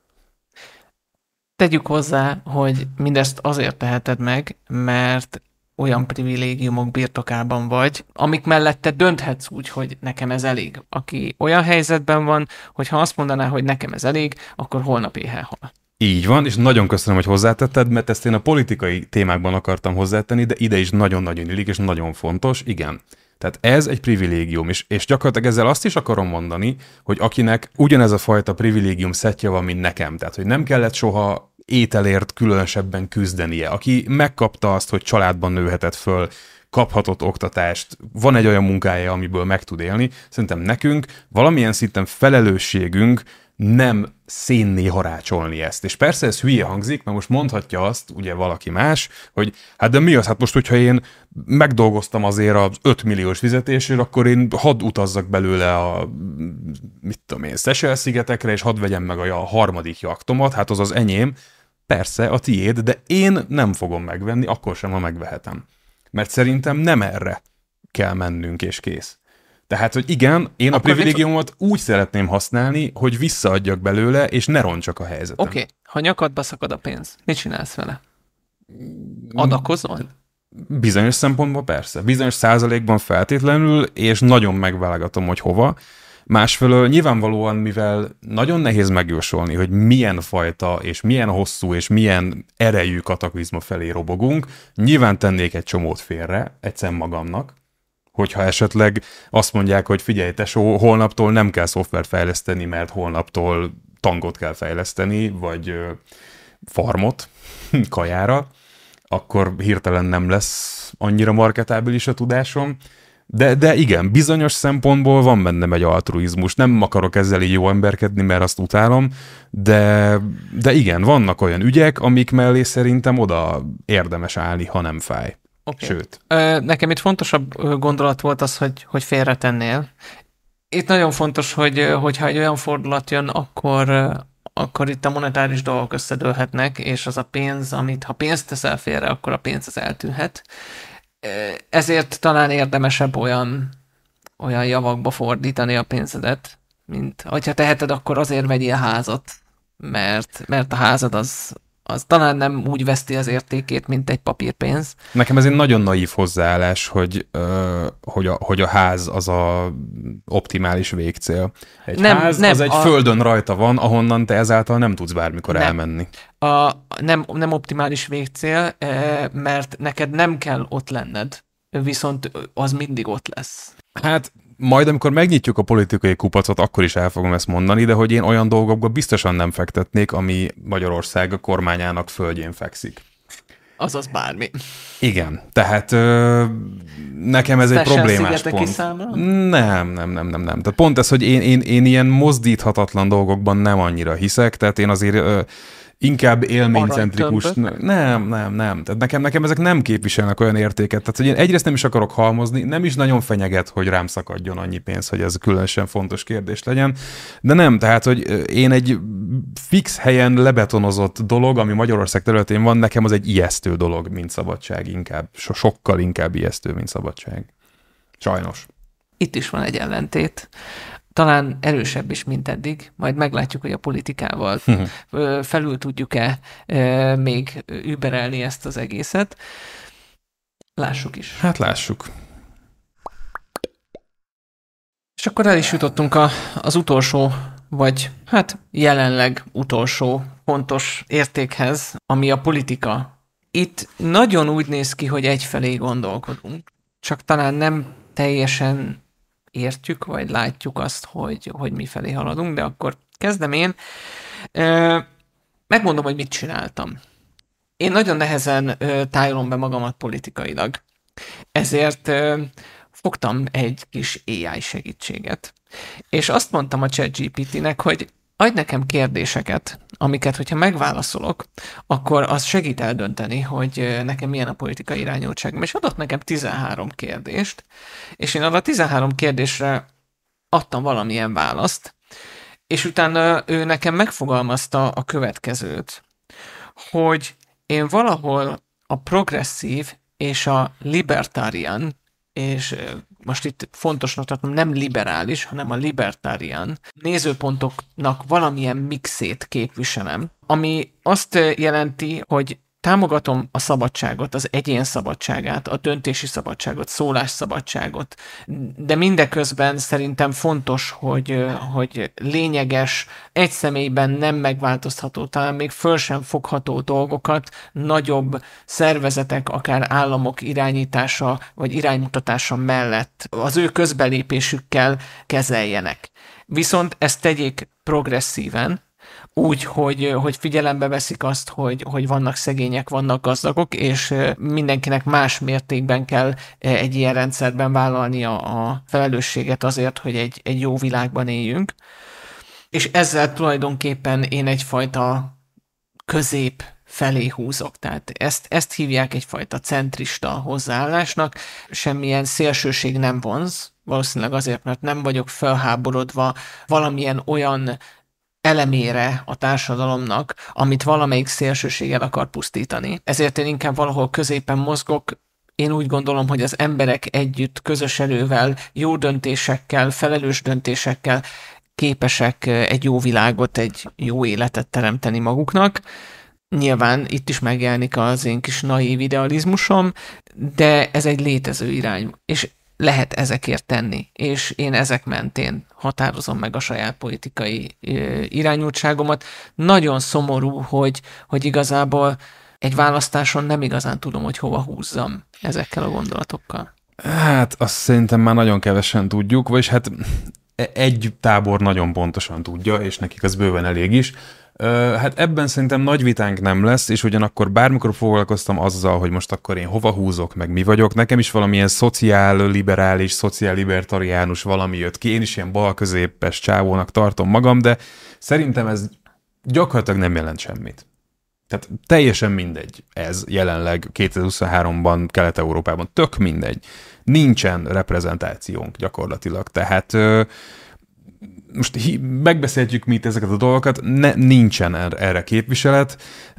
Speaker 2: Tegyük hozzá, hogy mindezt azért teheted meg, mert olyan privilégiumok birtokában vagy, amik mellett te dönthetsz úgy, hogy nekem ez elég. Aki olyan helyzetben van, hogy ha azt mondaná, hogy nekem ez elég, akkor holnap éhen hal. Így
Speaker 1: van, és nagyon köszönöm, hogy hozzátetted, mert ezt én a politikai témákban akartam hozzátenni, de ide is nagyon-nagyon illik, és nagyon fontos, igen. Tehát ez egy privilégium, és gyakorlatilag ezzel azt is akarom mondani, hogy akinek ugyanez a fajta privilégium szettje van, mint nekem, tehát hogy nem kellett soha ételért különösebben küzdenie, aki megkapta azt, hogy családban nőhetett föl, kaphatott oktatást, van egy olyan munkája, amiből meg tud élni, szerintem nekünk valamilyen szinten felelősségünk nem szénné harácsolni ezt. És persze ez hülye hangzik, mert most mondhatja azt, ugye valaki más, hogy hát de mi az, hát most, hogyha én megdolgoztam azért az 5 milliós fizetésért, akkor én hadd utazzak belőle a, mit tudom én, Seychelles-szigetekre, és hadd vegyem meg a 3. jachtomat, hát az az enyém, persze a tiéd, de én nem fogom megvenni, akkor sem, ha megvehetem. Mert szerintem nem erre kell mennünk, és kész. Tehát, hogy igen, én akkor a privilégiumot úgy szeretném használni, hogy visszaadjak belőle, és ne roncsak a helyzetem.
Speaker 2: Oké. Ha nyakadba szakad a pénz, mit csinálsz vele? Adakozol?
Speaker 1: Bizonyos szempontból persze. Bizonyos százalékban feltétlenül, és nagyon megválogatom, hogy hova. Másfelől nyilvánvalóan, mivel nagyon nehéz megjósolni, hogy milyen fajta és milyen hosszú és milyen erejű kataklizma felé robogunk, nyilván tennék egy csomót félre, egyszerűen magamnak, hogyha esetleg azt mondják, hogy figyelj tesó, holnaptól nem kell szoftvert fejleszteni, mert holnaptól tankot kell fejleszteni, vagy farmot kajára, akkor hirtelen nem lesz annyira marketábilis a tudásom. De igen, bizonyos szempontból van bennem egy altruizmus. Nem akarok ezzel így jó emberkedni, mert azt utálom, de igen, vannak olyan ügyek, amik mellé szerintem oda érdemes állni, ha nem fáj.
Speaker 2: Okay.
Speaker 1: Sőt.
Speaker 2: Nekem itt fontosabb gondolat volt az, hogy félretennél. Itt nagyon fontos, hogyha egy olyan fordulat jön, akkor itt a monetáris dolgok összedőlhetnek, és az a pénz, ha pénzt teszel félre, akkor a pénz az eltűnhet. Ezért talán érdemesebb olyan javakba fordítani a pénzedet, mint hogyha teheted, akkor azért vegyél házat, mert a házad az talán nem úgy veszti az értékét, mint egy papírpénz.
Speaker 1: Nekem ez egy nagyon naív hozzáállás, hogy a ház az a optimális végcél. Egy ház az egy földön rajta van, ahonnan te ezáltal nem tudsz bármikor elmenni.
Speaker 2: Nem optimális végcél, mert neked nem kell ott lenned, viszont az mindig ott lesz.
Speaker 1: Hát majd, amikor megnyitjuk a politikai kupacot, akkor is el fogom ezt mondani, de hogy én olyan dolgokba biztosan nem fektetnék, ami Magyarország a kormányának földjén fekszik.
Speaker 2: Azaz bármi.
Speaker 1: Igen, tehát nekem ez egy problémás pont. Nem. Tehát pont ez, hogy én ilyen mozdíthatatlan dolgokban nem annyira hiszek, tehát én azért inkább élménycentrikus. Nem. Tehát nekem ezek nem képviselnek olyan értéket. Tehát, hogy én egyrészt nem is akarok halmozni, nem is nagyon fenyeget, hogy rám szakadjon annyi pénz, hogy ez különösen fontos kérdés legyen. De nem, tehát, hogy én egy fix helyen lebetonozott dolog, ami Magyarország területén van, nekem az egy ijesztő dolog, mint szabadság inkább. Sokkal inkább ijesztő, mint szabadság. Sajnos.
Speaker 2: Itt is van egy ellentét. Talán erősebb is, mint eddig. Majd meglátjuk, hogy a politikával felül tudjuk-e még überelni ezt az egészet. Lássuk is.
Speaker 1: Hát lássuk.
Speaker 2: És akkor el is jutottunk az utolsó, vagy hát jelenleg utolsó fontos értékhez, ami a politika. Itt nagyon úgy néz ki, hogy egyfelé gondolkodunk. Csak talán nem teljesen értjük, vagy látjuk azt, hogy mifelé haladunk, de akkor kezdem én. Megmondom, hogy mit csináltam. Én nagyon nehezen tájolom be magamat politikailag. Ezért fogtam egy kis AI segítséget. És azt mondtam a ChatGPT-nek, hogy adj nekem kérdéseket, amiket, hogyha megválaszolok, akkor az segít eldönteni, hogy nekem milyen a politikai irányultságom. És adott nekem 13 kérdést, és én arra 13 kérdésre adtam valamilyen választ, és utána ő nekem megfogalmazta a következőt, hogy én valahol a progresszív és a libertarian, és most itt fontosnak tartom, nem liberális, hanem a libertarian nézőpontoknak valamilyen mixét képviselem, ami azt jelenti, hogy támogatom a szabadságot, az egyén szabadságát, a döntési szabadságot, szólásszabadságot, de mindeközben szerintem fontos, hogy lényeges, egy személyben nem megváltozható, talán még föl sem fogható dolgokat nagyobb szervezetek, akár államok irányítása vagy iránymutatása mellett az ő közbelépésükkel kezeljenek. Viszont ezt tegyék progresszíven, úgy, hogy figyelembe veszik azt, hogy vannak szegények, vannak gazdagok, és mindenkinek más mértékben kell egy ilyen rendszerben vállalnia a felelősséget azért, hogy egy jó világban éljünk. És ezzel tulajdonképpen én egyfajta közép felé húzok. Tehát ezt hívják egyfajta centrista hozzáállásnak. Semmilyen szélsőség nem vonz, valószínűleg azért, mert nem vagyok felháborodva valamilyen olyan elemére a társadalomnak, amit valamelyik szélsőséggel akar pusztítani. Ezért én inkább valahol középen mozgok. Én úgy gondolom, hogy az emberek együtt, közös erővel, jó döntésekkel, felelős döntésekkel képesek egy jó világot, egy jó életet teremteni maguknak. Nyilván itt is megjelenik az én kis naív idealizmusom, de ez egy létező irány. És lehet ezekért tenni, és én ezek mentén határozom meg a saját politikai irányultságomat. Nagyon szomorú, hogy igazából egy választáson nem igazán tudom, hogy hova húzzam ezekkel a gondolatokkal.
Speaker 1: Hát azt szerintem már nagyon kevesen tudjuk, vagyis hát egy tábor nagyon pontosan tudja, és nekik az bőven elég is. Hát ebben szerintem nagy vitánk nem lesz, és ugyanakkor bármikor foglalkoztam azzal, hogy most akkor én hova húzok, meg mi vagyok, nekem is valamilyen szociál-liberális, szociál-libertariánus valami jött ki, én is ilyen balközépes csávónak tartom magam, de szerintem ez gyakorlatilag nem jelent semmit. Tehát teljesen mindegy ez jelenleg 2023-ban Kelet-Európában, tök mindegy. Nincsen reprezentációnk gyakorlatilag, tehát most megbeszéltjük mi itt ezeket a dolgokat, nincsen erre képviselet.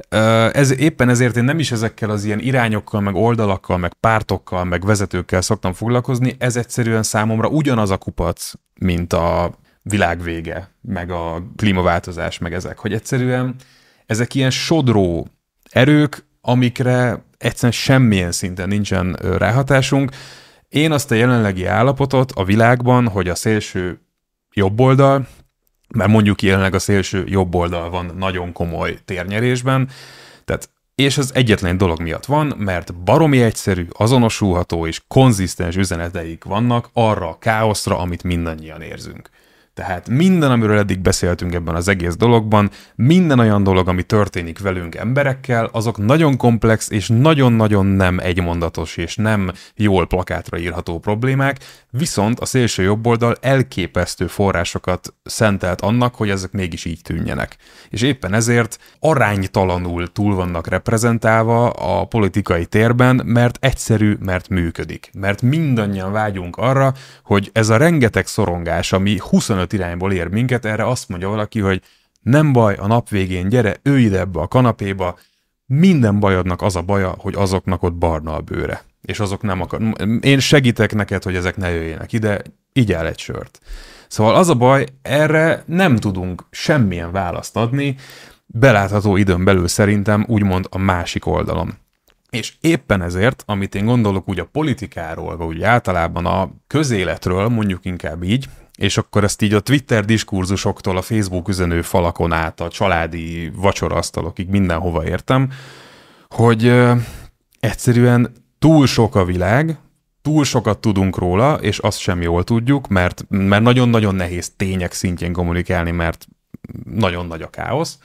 Speaker 1: Éppen ezért én nem is ezekkel az ilyen irányokkal, meg oldalakkal, meg pártokkal, meg vezetőkkel szoktam foglalkozni, ez egyszerűen számomra ugyanaz a kupac, mint a világvége, meg a klímaváltozás, meg ezek, hogy egyszerűen ezek ilyen sodró erők, amikre egyszerűen semmilyen szinten nincsen ráhatásunk. Én azt a jelenlegi állapotot a világban, hogy a szélső jobboldal, mert mondjuk jelenleg a szélső jobboldal van nagyon komoly térnyerésben, tehát, és az egyetlen dolog miatt van, mert baromi egyszerű, azonosulható és konzisztens üzeneteik vannak arra a káoszra, amit mindannyian érzünk. Tehát minden, amiről eddig beszéltünk ebben az egész dologban, minden olyan dolog, ami történik velünk emberekkel, azok nagyon komplex és nagyon-nagyon nem egymondatos és nem jól plakátra írható problémák, viszont a szélső jobboldal elképesztő forrásokat szentelt annak, hogy ezek mégis így tűnjenek. És éppen ezért aránytalanul túl vannak reprezentálva a politikai térben, mert egyszerű, mert működik. Mert mindannyian vágyunk arra, hogy ez a rengeteg szorongás, ami 25 irányból ér minket, erre azt mondja valaki, hogy nem baj, a nap végén gyere, ülj ide ebbe a kanapéba, minden bajodnak az a baja, hogy azoknak ott barna a bőre. És azok nem akar. Én segítek neked, hogy ezek ne jöjjenek ide, igyál egy sört. Szóval az a baj, erre nem tudunk semmilyen választ adni, belátható időn belül szerintem úgymond a másik oldalon. És éppen ezért, amit én gondolok úgy a politikáról, vagy úgy általában a közéletről, mondjuk inkább így, és akkor ezt így a Twitter diskurzusoktól a Facebook üzenő falakon át, a családi vacsoraasztalokig mindenhova értem, hogy egyszerűen túl sok a világ, túl sokat tudunk róla, és azt sem jól tudjuk, mert nagyon-nagyon nehéz tények szintjén kommunikálni, mert nagyon nagy a káosz.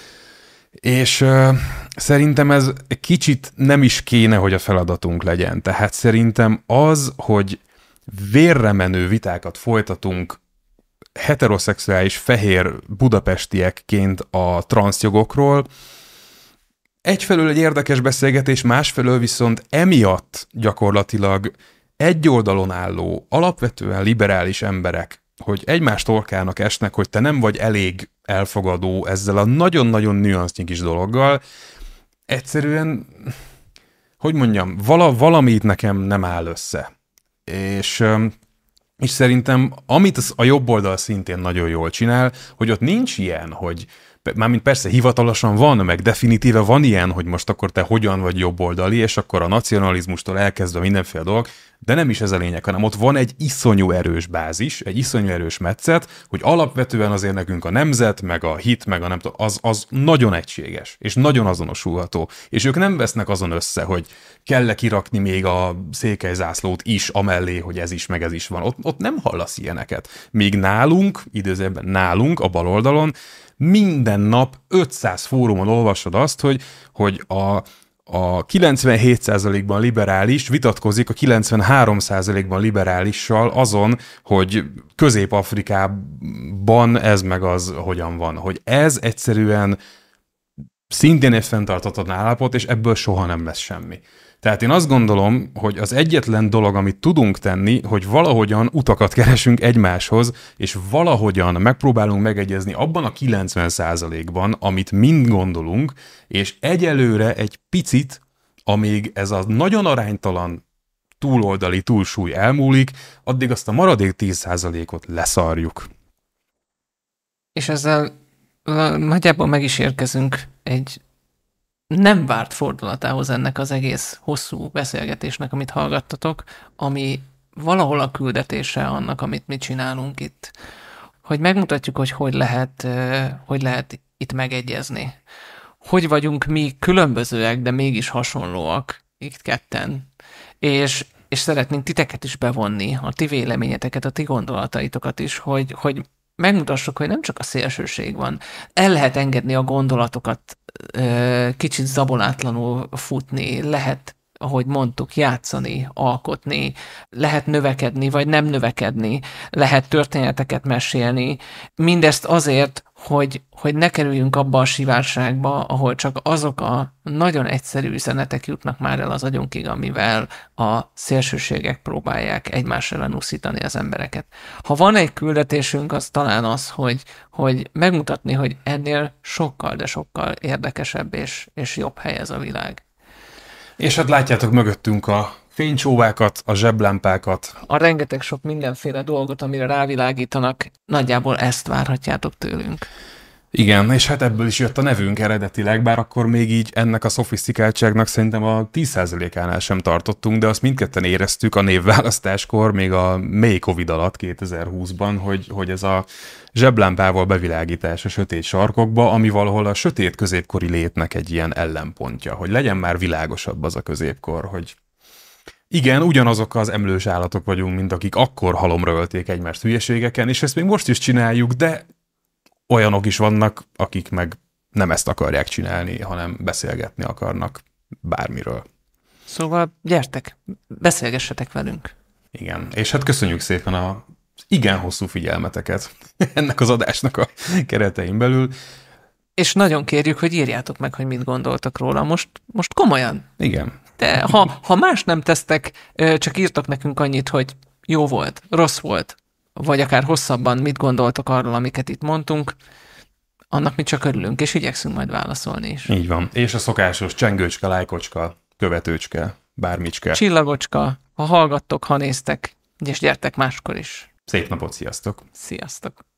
Speaker 1: És szerintem ez kicsit nem is kéne, hogy a feladatunk legyen. Tehát szerintem az, hogy vérre menő vitákat folytatunk heteroszexuális fehér budapestiekként a transzjogokról, egyfelől egy érdekes beszélgetés, másfelől viszont emiatt gyakorlatilag egy oldalon álló, alapvetően liberális emberek, hogy egymás torkának esnek, hogy te nem vagy elég elfogadó ezzel a nagyon-nagyon nüansznyi kis dologgal, egyszerűen, hogy mondjam, valami itt nekem nem áll össze. És szerintem, amit a jobb oldal szintén nagyon jól csinál, hogy ott nincs ilyen, hogy mármint persze hivatalosan van, meg definitíve van ilyen, hogy most akkor te hogyan vagy jobboldali, és akkor a nacionalizmustól elkezdve mindenféle dolog, de nem is ez a lényeg, hanem ott van egy iszonyú erős bázis, egy iszonyú erős metszet, hogy alapvetően azért nekünk a nemzet, meg a hit, meg a nem tudom, az nagyon egységes, és nagyon azonosulható. És ők nem vesznek azon össze, hogy kell-e kirakni még a székelyzászlót is, amellé, hogy ez is, meg ez is van. Ott nem hallasz ilyeneket. Míg nálunk, idézőben nálunk, a bal oldalon, minden nap 500 fórumon olvasod azt, hogy a 97%-ban liberális vitatkozik a 93%-ban liberálissal azon, hogy Közép-Afrikában ez meg az hogyan van. Hogy ez egyszerűen szintén egy fenntarthatatlan állapot, és ebből soha nem lesz semmi. Tehát én azt gondolom, hogy az egyetlen dolog, amit tudunk tenni, hogy valahogyan utakat keresünk egymáshoz, és valahogyan megpróbálunk megegyezni abban a 90%-ban, amit mind gondolunk, és egyelőre egy picit, amíg ez a nagyon aránytalan túloldali túlsúly elmúlik, addig azt a maradék 10%-ot leszarjuk.
Speaker 2: És ezzel nagyjából meg is érkezünk egy nem várt fordulatához ennek az egész hosszú beszélgetésnek, amit hallgattatok, ami valahol a küldetése annak, amit mi csinálunk itt. Hogy megmutatjuk, hogy lehet itt megegyezni. Hogy vagyunk mi különbözőek, de mégis hasonlóak itt ketten. És szeretnénk titeket is bevonni, a ti véleményeteket, a ti gondolataitokat is, hogy megmutassuk, hogy nem csak a szélsőség van. El lehet engedni a gondolatokat kicsit zabolátlanul futni, lehet, ahogy mondtuk, játszani, alkotni, lehet növekedni, vagy nem növekedni, lehet történeteket mesélni. Mindezt azért, hogy ne kerüljünk abba a sivárságba, ahol csak azok a nagyon egyszerű üzenetek jutnak már el az agyunkig, amivel a szélsőségek próbálják egymás ellen uszítani az embereket. Ha van egy küldetésünk, az talán az, hogy megmutatni, hogy ennél sokkal, de sokkal érdekesebb és jobb hely ez a világ.
Speaker 1: És hát látjátok mögöttünk a fénycsóvákat, a zseblámpákat.
Speaker 2: A rengeteg sok mindenféle dolgot, amire rávilágítanak, nagyjából ezt várhatjátok tőlünk.
Speaker 1: Igen, és hát ebből is jött a nevünk eredetileg, bár akkor még így ennek a szofisztikáltságnak szerintem a 10%-ánál sem tartottunk, de azt mindketten éreztük a névválasztáskor, még a mély Covid alatt 2020-ban, hogy ez a zseblámpával bevilágítás a sötét sarkokba, ami valahol a sötét középkori létnek egy ilyen ellenpontja, hogy legyen már világosabb az a középkor, hogy igen, ugyanazok az emlős állatok vagyunk, mint akik akkor halomra ölték egymást hülyeségeken, és ezt még most is csináljuk, de olyanok is vannak, akik meg nem ezt akarják csinálni, hanem beszélgetni akarnak bármiről.
Speaker 2: Szóval gyertek, beszélgessetek velünk.
Speaker 1: Igen, és hát köszönjük szépen az igen hosszú figyelmeteket ennek az adásnak a keretein belül.
Speaker 2: És nagyon kérjük, hogy írjátok meg, hogy mit gondoltak róla. Most komolyan.
Speaker 1: Igen.
Speaker 2: De ha más nem tesztek, csak írtok nekünk annyit, hogy jó volt, rossz volt, vagy akár hosszabban mit gondoltok arról, amiket itt mondtunk, annak mi csak örülünk, és igyekszünk majd válaszolni is.
Speaker 1: Így van. És a szokásos csengőcske, lájkocska, követőcske, bármicske.
Speaker 2: Csillagocska, ha hallgattok, ha néztek, és gyertek máskor is.
Speaker 1: Szép napot, sziasztok!
Speaker 2: Sziasztok!